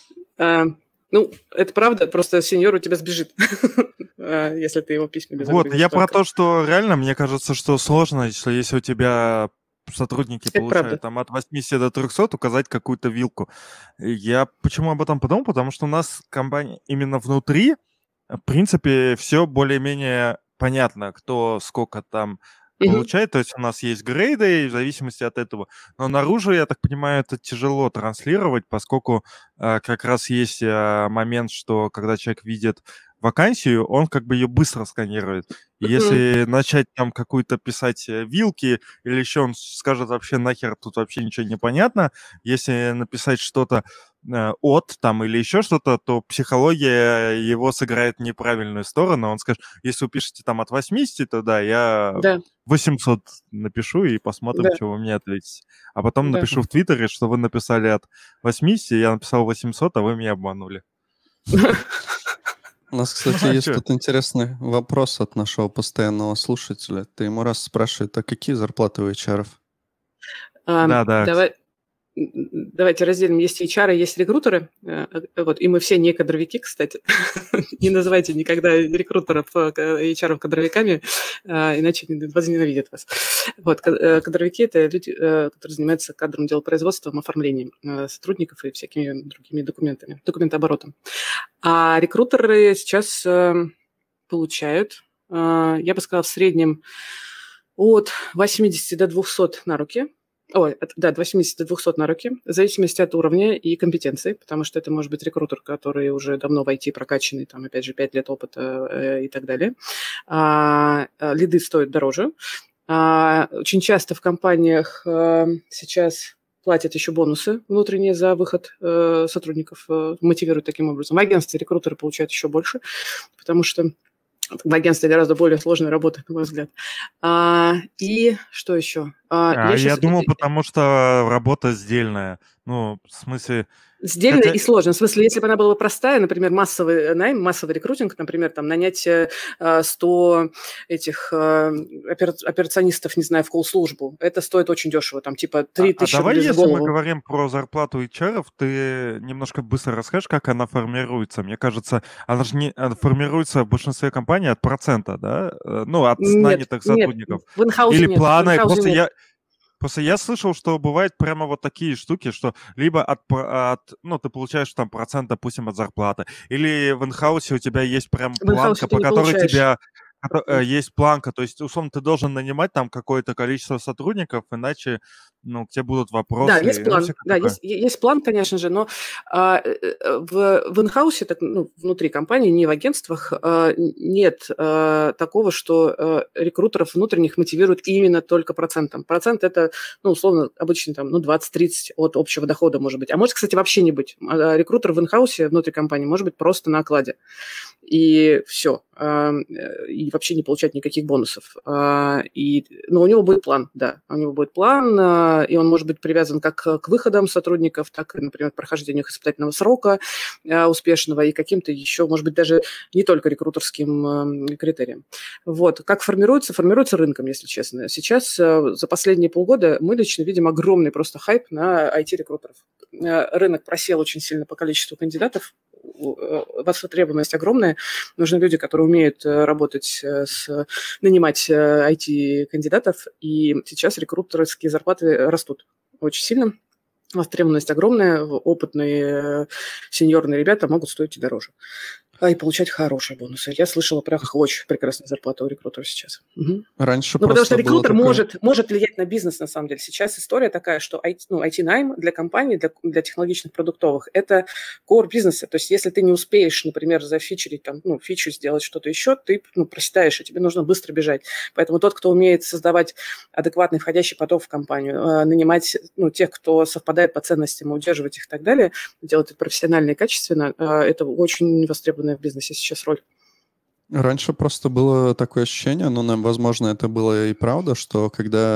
Это правда, просто сеньор у тебя сбежит, если ты его письмами загрузишь. Вот, я про то, что реально, мне кажется, что сложно, если у тебя... сотрудники получают там от 80 до 300, указать какую-то вилку. Я почему об этом подумал? Потому что у нас компания именно внутри, в принципе, все более-менее понятно, кто сколько там получает. То есть у нас есть грейды, и в зависимости от этого. Но наружу, я так понимаю, это тяжело транслировать, поскольку как раз есть момент, что когда человек видит вакансию, он как бы ее быстро сканирует. И если начать там какую-то писать вилки или еще, он скажет вообще нахер, тут вообще ничего не понятно. Если написать что-то от там или еще что-то, то психология его сыграет в неправильную сторону. Он скажет, если вы пишете там от 80, то да, я 800 напишу и посмотрим, что вы мне ответите. А потом напишу в Твиттере, что вы написали от 80, я написал 800, а вы меня обманули. У нас, кстати, есть тут интересный вопрос от нашего постоянного слушателя. Ты ему раз спрашивает, а какие зарплаты у HR? Да. Давайте разделим. Есть HR, есть рекрутеры. Вот, и мы все не кадровики, кстати. Не называйте никогда рекрутеров HR кадровиками, иначе возненавидят вас. Вот, кадровики – это люди, которые занимаются кадровым делопроизводством, оформлением сотрудников и всякими другими документами, документооборотом. А рекрутеры сейчас получают, я бы сказала, в среднем от 80 до 200 на руки. От 80 до 200 на руки, в зависимости от уровня и компетенции, потому что это может быть рекрутер, который уже давно в IT прокачанный, там, опять же, 5 лет опыта и так далее. Лиды стоят дороже. Очень часто в компаниях сейчас платят еще бонусы внутренние за выход сотрудников, мотивируют таким образом. В агентстве рекрутеры получают еще больше, потому что в агентстве гораздо более сложная работа, на мой взгляд. И что еще? Я думал, потому что работа сдельная. Ну, в смысле... Сдельная и сложная. В смысле, если бы она была простая, например, массовый найм, массовый рекрутинг, например, там, нанять 100 этих операционистов, не знаю, в колл-службу, это стоит очень дешево, там, типа 3000 рублей за голову. Давай, если мы говорим про зарплату HR, ты немножко быстро расскажешь, как она формируется. Мне кажется, она же не формируется в большинстве компаний от процента, да? Ну, от нанятых сотрудников. Нет, в инхаусе или нет. планы. Просто я слышал, что бывают прямо вот такие штуки, что либо ты получаешь там процент, допустим, от зарплаты, или в инхаусе у тебя есть прям планка, по которой тебя... Есть планка, то есть, условно, ты должен нанимать там какое-то количество сотрудников, иначе, к тебе будут вопросы. Да, есть план, есть план, конечно же, но в инхаусе, внутри компании, не в агентствах, нет такого, что рекрутеров внутренних мотивируют именно только процентом. Процент – это, условно, обычно там, 20-30 от общего дохода может быть. А может, кстати, вообще не быть. Рекрутер в инхаусе внутри компании может быть просто на окладе. И все. И вообще не получать никаких бонусов. Но у него будет план, да. У него будет план, и он может быть привязан как к выходам сотрудников, так и, например, к прохождению их испытательного срока успешного и каким-то еще, может быть, даже не только рекрутерским критериям. Вот. Как формируется? Формируется рынком, если честно. Сейчас за последние полгода мы лично видим огромный просто хайп на IT-рекрутеров. Рынок просел очень сильно по количеству кандидатов. Востребованность огромная. Нужны люди, которые умеют работать нанимать IT-кандидатов. И сейчас рекрутерские зарплаты растут очень сильно. Востребованность огромная. Опытные сеньорные ребята могут стоить и дороже. И получать хорошие бонусы. Я слышала про очень прекрасную зарплату у рекрутеров сейчас. Угу. Раньше потому что рекрутер может влиять на бизнес, на самом деле. Сейчас история такая, что IT-найм для компаний, для технологичных продуктовых, это core бизнеса. То есть если ты не успеешь, например, зафичерить, фичу сделать что-то еще, ты проседаешь, и тебе нужно быстро бежать. Поэтому тот, кто умеет создавать адекватный входящий поток в компанию, нанимать тех, кто совпадает по ценностям, удерживать их и так далее, делать это профессионально и качественно, это очень востребованная в бизнесе сейчас роль. Раньше просто было такое ощущение, возможно, это было и правда, что когда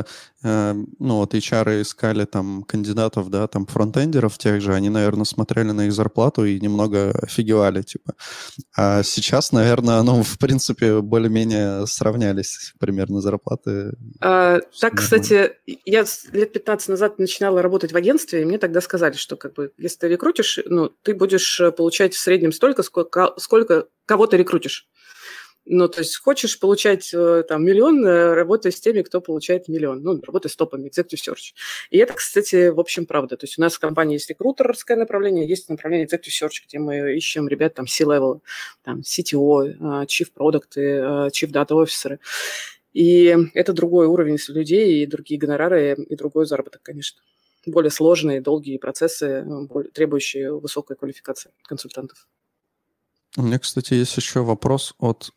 HR искали там кандидатов, да, там фронтендеров тех же, они, наверное, смотрели на их зарплату и немного офигевали, типа. А сейчас, наверное, в принципе, более-менее сравнялись примерно зарплаты. Так, кстати, я лет 15 назад начинала работать в агентстве, и мне тогда сказали, что если ты рекрутишь, ты будешь получать в среднем столько, сколько кого ты рекрутишь. То есть хочешь получать миллион, работай с теми, кто получает миллион. Работай с топами, executive search. И это, кстати, в общем, правда. То есть у нас в компании есть рекрутерское направление, есть направление executive search, где мы ищем ребят C-level, CTO, chief product, chief data officer. И это другой уровень людей, и другие гонорары, и другой заработок, конечно. Более сложные, долгие процессы, требующие высокой квалификации консультантов. У меня, кстати, есть еще вопрос от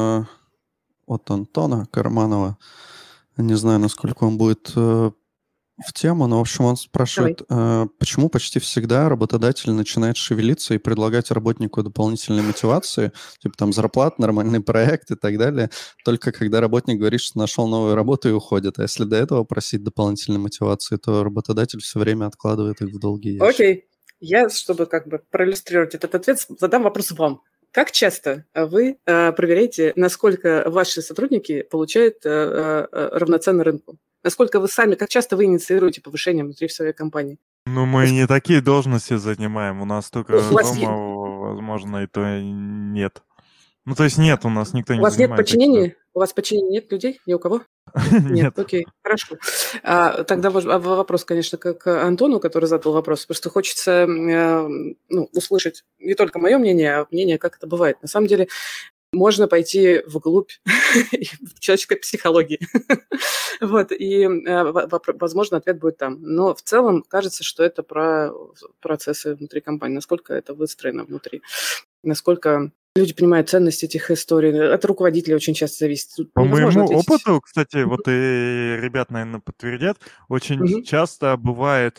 Антона Карманова. Не знаю, насколько он будет в тему, но, в общем, он спрашивает, почему почти всегда работодатель начинает шевелиться и предлагать работнику дополнительные мотивации, типа там зарплат, нормальный проект и так далее, только когда работник говорит, что нашел новую работу и уходит. А если до этого просить дополнительные мотивации, то работодатель все время откладывает их в долгий ящик. Окей. Я, чтобы как бы проиллюстрировать этот ответ, задам вопрос вам. Как часто вы проверяете, насколько ваши сотрудники получают равноценно рынку? Насколько вы сами, как часто вы инициируете повышение внутри в своей компании? Ну, мы не такие должности занимаем. У нас только Рома, возможно, и то нет. Ну, то есть нет, у нас никто не занимает. У вас нет подчинения? У вас подчинения нет людей? Ни у кого? Нет. Окей, хорошо. Тогда вопрос, конечно, к Антону, который задал вопрос. Просто хочется услышать не только мое мнение, а мнение, как это бывает. На самом деле, можно пойти вглубь человеческой психологии. Вот, и, возможно, ответ будет там. Но в целом кажется, что это про процессы внутри компании, насколько это выстроено внутри, насколько люди понимают ценность этих историй. От руководителя очень часто зависит. По моему опыту, кстати, вот и ребят, наверное, подтвердят, очень часто бывает,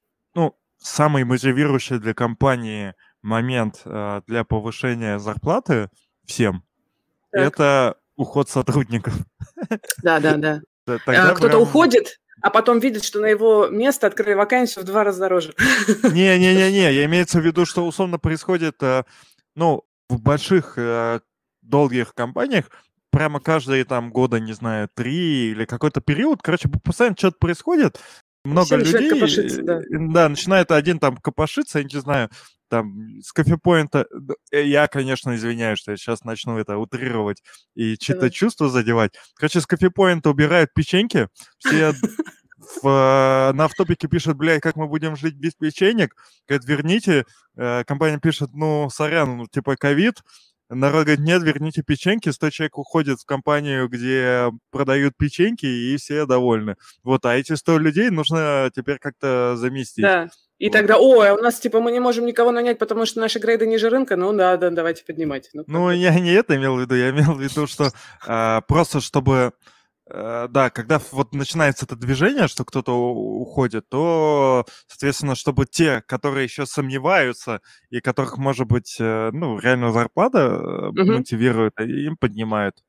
самый мотивирующий для компании момент для повышения зарплаты всем, это уход сотрудников. Да. Кто-то уходит, а потом видит, что на его место открыли вакансию в 2 раза дороже. Не, имеется в виду, что условно происходит, в больших долгих компаниях прямо каждые там года, не знаю, 3 или какой-то период, постоянно что-то происходит, много людей, начинает один там копошиться, я не знаю, там, с кофепоинта, я, конечно, извиняюсь, что я сейчас начну это утрировать и чьи-то чувства задевать. С кофепоинта убирают печеньки, все на автопике пишут, как мы будем жить без печенек, говорят, верните, компания пишет, сорян, ковид, народ говорит, нет, верните печеньки, 100 человек уходит в компанию, где продают печеньки, и все довольны. Вот, а эти 100 людей нужно теперь как-то заместить. Да. И тогда, у нас, мы не можем никого нанять, потому что наши грейды ниже рынка, давайте поднимать. Я не это имел в виду, я имел в виду, что просто чтобы, когда вот начинается это движение, что кто-то уходит, то, соответственно, чтобы те, которые еще сомневаются, и которых, может быть, реально зарплата мотивирует, им поднимают.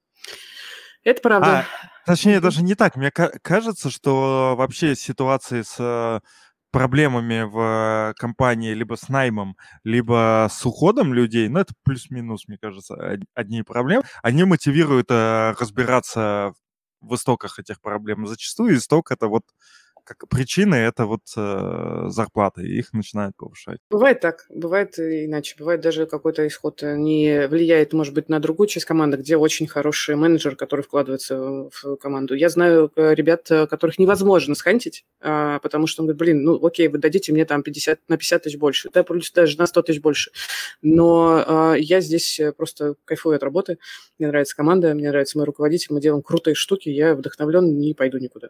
Это правда. Точнее, даже не так. Мне кажется, что вообще ситуации с проблемами в компании либо с наймом, либо с уходом людей, это плюс-минус, мне кажется, одни проблемы, они мотивируют разбираться в истоках этих проблем. Зачастую исток — это вот как причины, это вот зарплаты, и их начинают повышать. Бывает так, бывает иначе. Бывает даже какой-то исход не влияет, может быть, на другую часть команды, где очень хороший менеджер, который вкладывается в команду. Я знаю ребят, которых невозможно схантить, потому что он говорит, окей, вы дадите мне там 50 тысяч больше, плюс даже на 100 тысяч больше. Но я здесь просто кайфую от работы, мне нравится команда, мне нравится мой руководитель, мы делаем крутые штуки, я вдохновлен, не пойду никуда.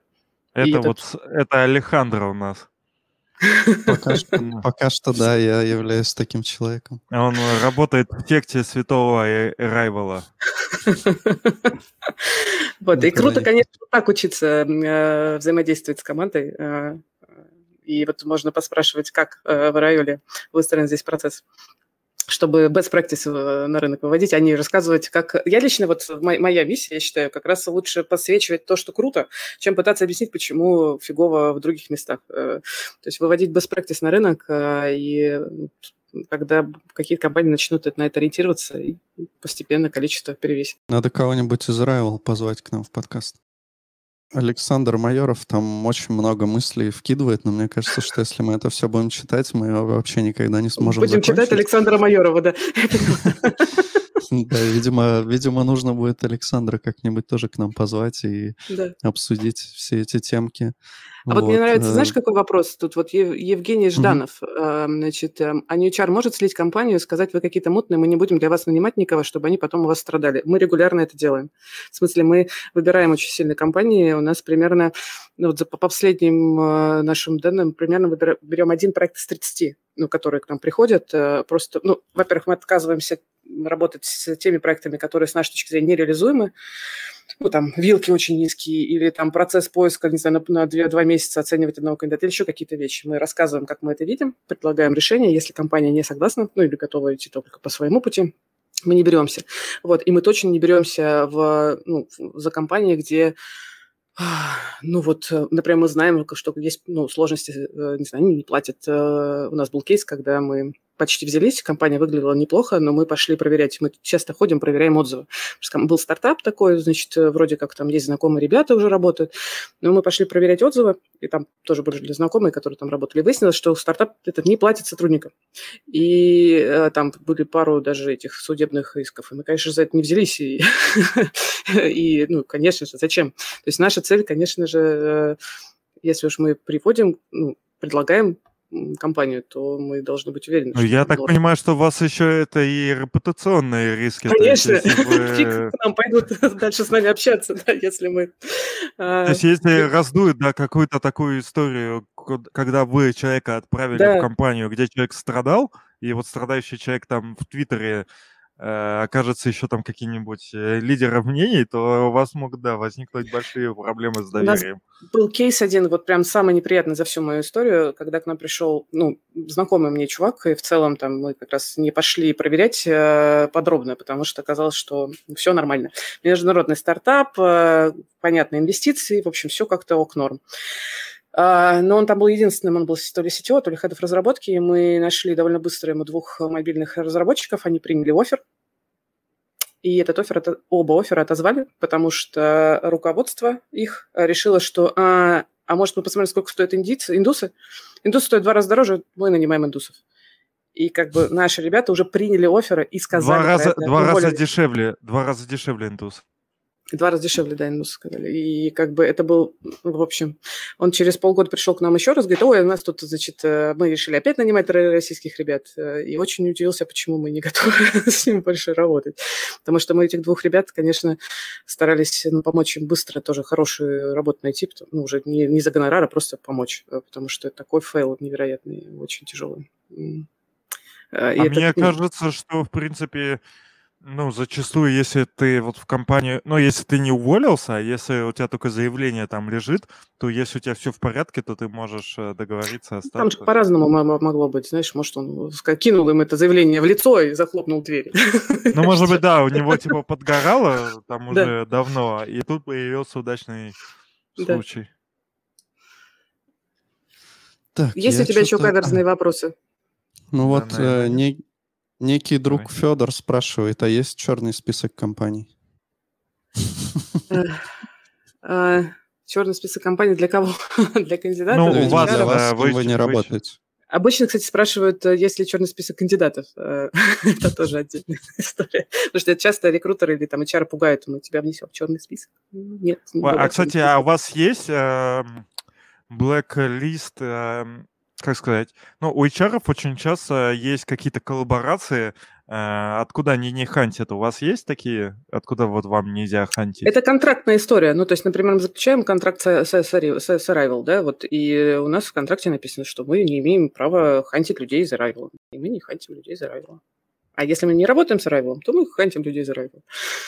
Это Алехандро у нас. Пока что, да, я являюсь таким человеком. Он работает в секте святого Райвела. Вот, и круто, конечно, так учиться взаимодействовать с командой. И вот можно поспрашивать, как в Райвеле выстроен здесь процесс, чтобы best practice на рынок выводить, а не рассказывать, как... Я лично, моя миссия, я считаю, как раз лучше подсвечивать то, что круто, чем пытаться объяснить, почему фигово в других местах. То есть выводить best practice на рынок, и когда какие-то компании начнут на это ориентироваться, и постепенно количество перевесит. Надо кого-нибудь из Rival позвать к нам в подкаст. Александр Майоров там очень много мыслей вкидывает, но мне кажется, что если мы это все будем читать, мы его вообще никогда не сможем закончить. Будем читать Александра Майорова, да. Да, видимо, нужно будет Александра как-нибудь тоже к нам позвать и обсудить все эти темки. А вот мне нравится, знаешь, какой вопрос? Тут вот Евгений Жданов, значит, а HR может слить компанию и сказать, вы какие-то мутные, мы не будем для вас нанимать никого, чтобы они потом у вас страдали. Мы регулярно это делаем. В смысле, мы выбираем очень сильные компании, у нас примерно, ну, вот по последним нашим данным, примерно берем один проект из 30, ну, которые к нам приходят. Просто, ну, во-первых, мы отказываемся работать с теми проектами, которые с нашей точки зрения нереализуемы. Ну, там, вилки очень низкие, или там процесс поиска, не знаю, на 2 месяца оценивать одного кандидата, или еще какие-то вещи. Мы рассказываем, как мы это видим, предлагаем решение. Если компания не согласна, ну, или готова идти только по своему пути, мы не беремся. Вот, и мы точно не беремся за компании, где... Ну вот, например, мы знаем, что есть сложности, не знаю, они не платят. У нас был кейс, когда мы почти взялись, компания выглядела неплохо, но мы пошли проверять. Мы часто ходим, проверяем отзывы. Был стартап такой, значит, вроде как там есть знакомые ребята уже работают, но мы пошли проверять отзывы, и там тоже были знакомые, которые там работали. Выяснилось, что стартап этот не платит сотрудникам. И там были пару даже этих судебных исков. И мы, конечно, за это не взялись. И, ну, конечно же, зачем? То есть наша цель, конечно же, если уж мы предлагаем компанию, то мы должны быть уверены. Ну, я так понимаю, что у вас еще это и репутационные риски. Конечно, фиг к нам пойдут дальше с нами общаться, да, если мы... То есть если раздуют, да, какую-то такую историю, когда вы человека отправили в компанию, где человек страдал, и вот страдающий человек там в Твиттере окажется еще там какие-нибудь лидеры мнений, то у вас могут, да, возникнуть большие проблемы с доверием. У нас был кейс один, вот прям самый неприятный за всю мою историю, когда к нам пришел, знакомый мне чувак, и в целом там мы как раз не пошли проверять подробно, потому что оказалось, что все нормально. Международный стартап, понятные инвестиции, в общем, все как-то ок-норм. Но он там был единственным, он был то ли CTO, то ли head of разработки, и мы нашли довольно быстро ему 2 мобильных разработчиков, они приняли оффер, и оба оффера отозвали, потому что руководство их решило, что может мы посмотрим, сколько стоят индусы? Индусы стоят 2 раза дороже, мы нанимаем индусов. И как бы наши ребята уже приняли офферы и сказали... 2 раза дешевле индус. 2 раза дешевле, да, индусы сказали. И как бы это был, в общем, он через полгода пришел к нам еще раз, говорит, ой, у нас тут, значит, мы решили опять нанимать российских ребят. И очень удивился, почему мы не готовы с ними больше работать. Потому что мы этих 2 ребят, конечно, старались помочь им быстро тоже хорошую работу найти, уже не за гонорар, а просто помочь, потому что это такой фейл невероятный, очень тяжелый. Мне кажется, что, в принципе... зачастую, если ты вот в компанию... если ты не уволился, а если у тебя только заявление там лежит, то если у тебя все в порядке, то ты можешь договориться остаться. Там же по-разному могло быть, знаешь, может, он кинул им это заявление в лицо и захлопнул дверь. Может быть, да, у него типа подгорало там уже давно, и тут появился удачный случай. Есть у тебя еще каверзные вопросы? Некий друг Федор спрашивает, а есть черный список компаний? Черный список компаний для кого? Для кандидатов? У вас, для вас, вы не работаете. Обычно, кстати, спрашивают, есть ли черный список кандидатов. Это тоже отдельная история. Потому что часто рекрутеры или там HR пугают, мы тебя внесем в черный список. Нет. Кстати, а у вас есть blacklist... Как сказать? У HR очень часто есть какие-то коллаборации, откуда они не хантят. У вас есть такие, откуда вот вам нельзя хантить? Это контрактная история. То есть, например, мы заключаем контракт с Arrival, да, вот, и у нас в контракте написано, что мы не имеем права хантить людей из Arrival. И мы не хантим людей из Arrival. А если мы не работаем с Arrival, то мы хантим людей из Arrival.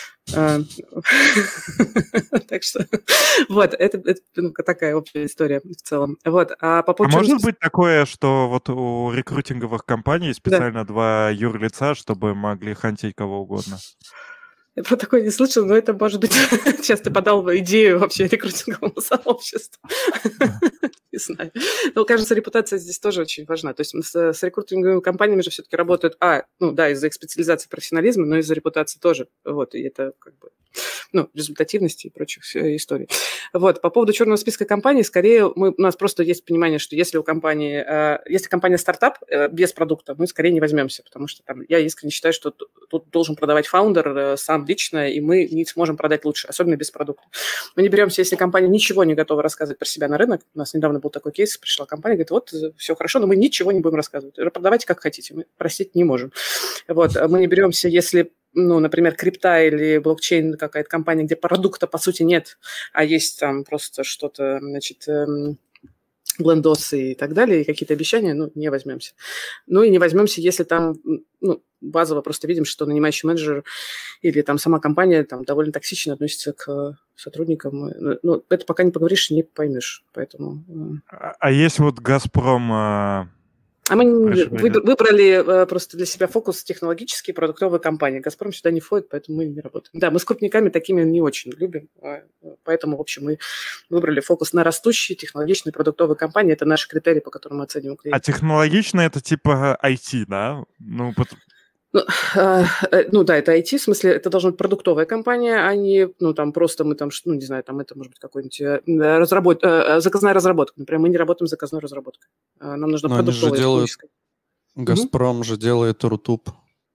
Так что вот, это такая общая история в целом. Вот. А может быть такое, что вот у рекрутинговых компаний специально 2 юрлица, чтобы могли хантить кого угодно? Я про такое не слышала, но это, может быть, сейчас ты подал идею вообще рекрутинговому сообществу. Не знаю. Но, кажется, репутация здесь тоже очень важна. То есть с рекрутинговыми компаниями же все-таки работают, из-за их специализации, профессионализма, но из-за репутации тоже. Вот, и это как бы, результативности и прочих историй. Вот, по поводу черного списка компаний, скорее у нас просто есть понимание, что если у компании, если компания стартап без продукта, мы скорее не возьмемся, потому что там я искренне считаю, что тут должен продавать фаундер сам лично, и мы не сможем продать лучше, особенно без продукта. Мы не беремся, если компания ничего не готова рассказывать про себя на рынок. У нас недавно был такой кейс, пришла компания, говорит, вот, все хорошо, но мы ничего не будем рассказывать. Продавайте как хотите, мы простить не можем. Вот, мы не беремся, если например, крипта или блокчейн, какая-то компания, где продукта, по сути, нет, а есть там просто что-то, блендосы и так далее, и какие-то обещания, не возьмемся. И не возьмемся, если там, базово просто видим, что нанимающий менеджер или там сама компания там довольно токсично относится к сотрудникам. Это пока не поговоришь, не поймешь, поэтому... А есть вот «Газпром»... А мы выбрали просто для себя фокус технологические продуктовые компании. «Газпром» сюда не входит, поэтому мы не работаем. Да, мы с крупниками такими не очень любим, поэтому, в общем, мы выбрали фокус на растущие технологичные продуктовые компании. Это наши критерии, по которым мы оцениваем клиента. А технологичные — это типа IT, да? Да, это IT, в смысле, это должна быть продуктовая компания, а не, просто мы там, не знаю, там это может быть какой-нибудь заказная разработка. Например, мы не работаем с заказной разработкой. Нам нужна продуктовая технологическая. «Газпром» же делает Рутуб.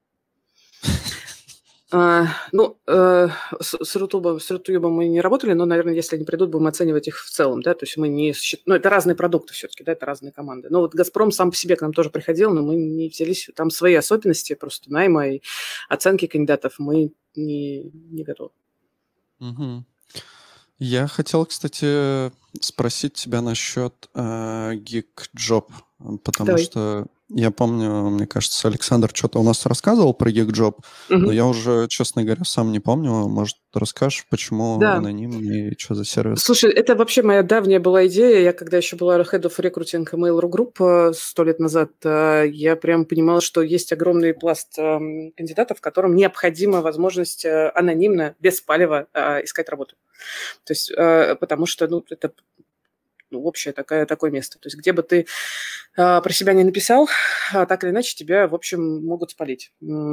С Рутубом мы не работали, но, наверное, если они придут, будем оценивать их в целом, да, то есть мы не... это разные продукты все-таки, да, это разные команды. Но вот «Газпром» сам по себе к нам тоже приходил, но мы не взялись, там свои особенности просто найма и оценки кандидатов мы не готовы. Угу. Я хотел, кстати, спросить тебя насчет GeekJob, потому что я помню, мне кажется, Александр что-то у нас рассказывал про GeekJob, но я уже, честно говоря, сам не помню. Может, расскажешь, почему анонимный и что за сервис? Слушай, это вообще моя давняя была идея. Я когда еще была Head of Recruiting Mail.ru Group 100 лет назад, я прям понимала, что есть огромный пласт кандидатов, которым необходима возможность анонимно, без палева искать работу. То есть, потому что, это общее такое место. То есть где бы ты про себя не написал, так или иначе тебя, в общем, могут спалить.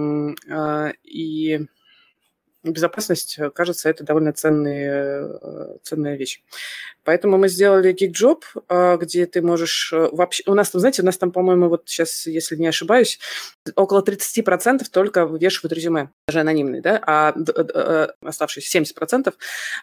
И безопасность, кажется, это довольно ценная вещь. Поэтому мы сделали GeekJob, где ты можешь вообще... У нас там, по-моему, вот сейчас, если не ошибаюсь, около 30% только вывешивают резюме, даже анонимные, да, а оставшиеся 70%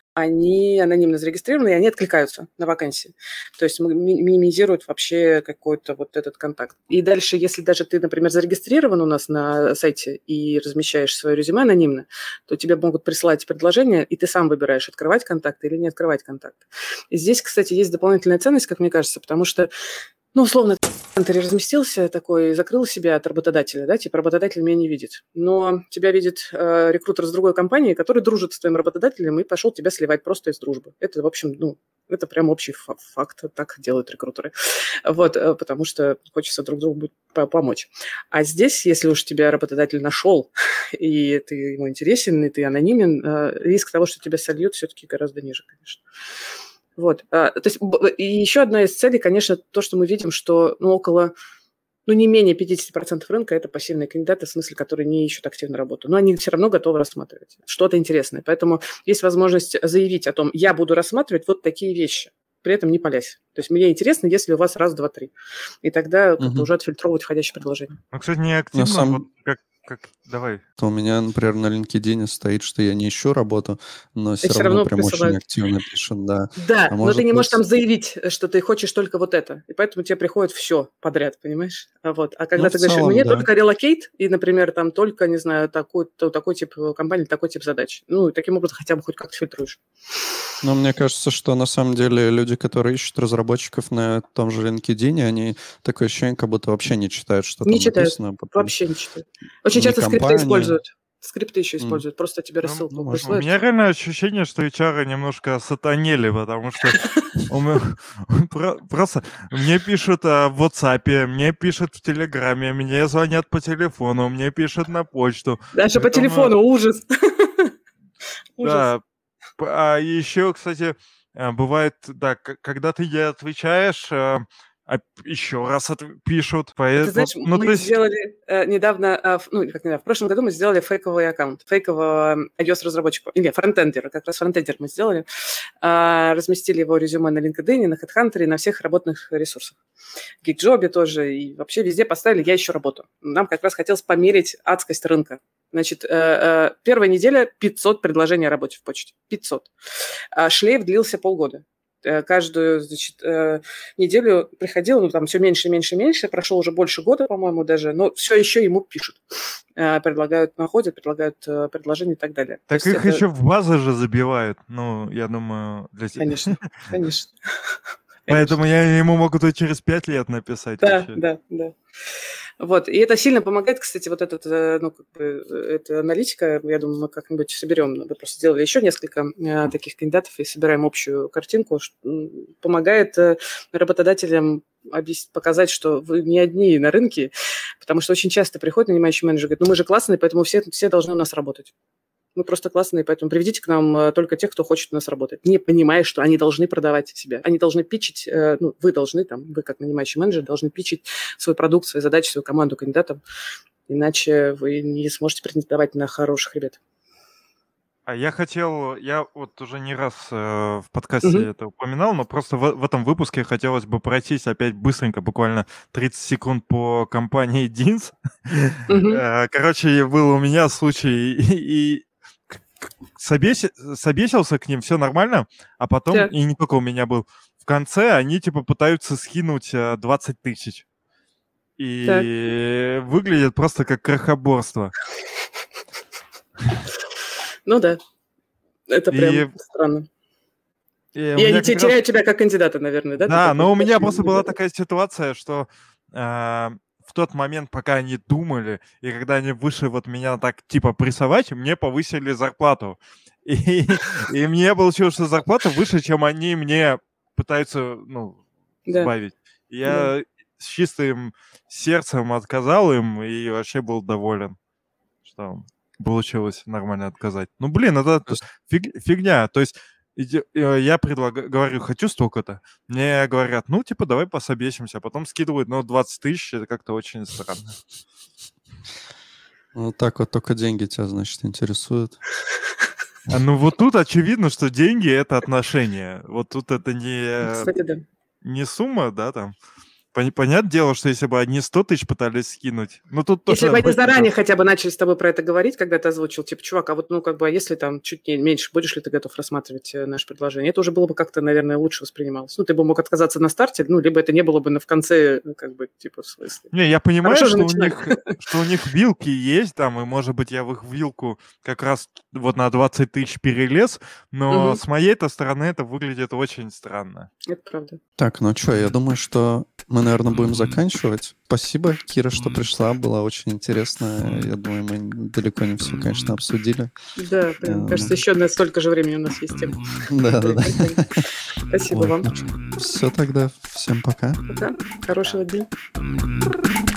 они анонимно зарегистрированы, и они откликаются на вакансии. То есть минимизируют вообще какой-то вот этот контакт. И дальше, если даже ты, например, зарегистрирован у нас на сайте и размещаешь свое резюме анонимно, то тебе могут присылать предложение, и ты сам выбираешь, открывать контакты или не открывать контакты. И здесь, кстати, есть дополнительная ценность, как мне кажется, потому что, условно, ты разместился такой, закрыл себя от работодателя, да, типа работодатель меня не видит. Но тебя видит рекрутер с другой компании, который дружит с твоим работодателем и пошел тебя сливать просто из дружбы. Это, в общем, это прям общий факт, так делают рекрутеры. Вот, потому что хочется друг другу помочь. А здесь, если уж тебя работодатель нашел, и ты ему интересен, и ты анонимен, риск того, что тебя сольют, все-таки гораздо ниже, конечно. Вот. То есть, и еще одна из целей, конечно, то, что мы видим, что около, не менее 50% рынка – это пассивные кандидаты, в смысле, которые не ищут активно работу. Но они все равно готовы рассматривать что-то интересное. Поэтому есть возможность заявить о том, я буду рассматривать вот такие вещи, при этом не палясь. То есть мне интересно, если у вас раз, два, три. И тогда уже отфильтровывать входящее предложение. Кстати, не активно, давай. У меня, например, на LinkedIn стоит, что я не ищу работу, но все равно прям очень активно пишут, да. Да, но ты не можешь там заявить, что ты хочешь только вот это, и поэтому тебе приходит все подряд, понимаешь? Вот. А когда ты говоришь, мне только релокейт, и, например, там только, не знаю, такой тип компании, такой тип задач. Таким образом хотя бы хоть как-то фильтруешь. Но мне кажется, что на самом деле люди, которые ищут разработчиков на том же LinkedIn, они такое ощущение, как будто вообще не читают, что там написано. Вообще не читают. Очень часто скрипты используют. Скрипты еще используют, просто тебе рассылку присылают. У меня реально ощущение, что HR немножко сатанели, потому что просто мне пишут в WhatsApp, мне пишут в Телеграме, мне звонят по телефону, мне пишут на почту. Даже по телефону ужас. Ужас. Да. А еще, кстати, бывает, да, когда ты не отвечаешь, еще раз пишут. Ты знаешь, Ну, то мы есть, сделали недавно, в прошлом году мы сделали фейковый аккаунт, фейкового iOS-разработчика, или фронтендера, как раз фронтендер мы сделали, разместили его резюме на LinkedIn, на HeadHunter, на всех работных ресурсах. В GitJob тоже, и вообще везде поставили «Я ищу работу». Нам как раз хотелось померить адскость рынка. Значит, первая неделя 500 предложений о работе в почте. 500. Шлейф длился полгода. Каждую, значит, неделю приходил, там все меньше, меньше, меньше. Прошло уже больше года, по-моему, даже. Но все еще ему пишут. Предлагают, находят, предлагают предложения и так далее. Так их еще в базы же забивают. Ну, я думаю, для себя. Конечно, конечно. Поэтому я ему могу то через 5 лет написать. Да. Вот, и это сильно помогает, кстати, вот эта аналитика, я думаю, мы как-нибудь соберем, мы просто сделали еще несколько таких кандидатов и собираем общую картинку, помогает работодателям показать, что вы не одни на рынке, потому что очень часто приходит нанимающий менеджер и говорит, мы же классные, поэтому все должны у нас работать. Мы просто классные, поэтому приведите к нам только тех, кто хочет у нас работать. Не понимая, что они должны продавать себя. Они должны питчить, вы должны, вы как нанимающий менеджер, должны питчить свой продукт, свои задачи, свою команду кандидатам. Иначе вы не сможете претендовать на хороших ребят. А я вот уже не раз в подкасте это упоминал, но просто в этом выпуске хотелось бы пройтись опять быстренько, буквально 30 секунд по компании Deans. Короче, был у меня случай, и собесился к ним, все нормально, а потом, и не только у меня был, в конце они типа пытаются скинуть 20 тысяч. И выглядит просто как крохоборство. Ну да, это прям странно. И они теряют тебя как кандидата, наверное, да? Да, но у меня просто была такая ситуация, что в тот момент, пока они думали, и когда они вышли вот меня так типа прессовать, мне повысили зарплату. И мне получилось, что зарплата выше, чем они мне пытаются, сбавить. Я с чистым сердцем отказал им и вообще был доволен, что получилось нормально отказать. Ну, блин, это фигня. То есть я говорю, хочу столько-то. Мне говорят, давай пособесимся. А потом скидывают, 20 тысяч, это как-то очень странно. Вот так вот только деньги тебя, значит, интересуют. Вот тут очевидно, что деньги — это отношения. Вот тут это Кстати, да. не сумма, да, там. Понятное дело, что если бы они 100 тысяч пытались скинуть... Если бы они заранее хотя бы начали с тобой про это говорить, когда ты озвучил, типа, чувак, а вот, если там чуть меньше, будешь ли ты готов рассматривать наше предложение? Это уже было бы как-то, наверное, лучше воспринималось. Ты бы мог отказаться на старте, либо это не было бы в конце, в смысле. Не, я понимаю, что у них вилки есть там, и, может быть, я в их вилку как раз вот на 20 тысяч перелез, но с моей-то стороны это выглядит очень странно. Это правда. Так, я думаю, что мы, наверное, будем заканчивать. Спасибо, Кира, что пришла. Было очень интересно. Я думаю, мы далеко не все, конечно, обсудили. Да, кажется, еще на столько же времени у нас есть тема. Да. Спасибо вам. Все тогда. Всем пока. Пока. Хорошего дня.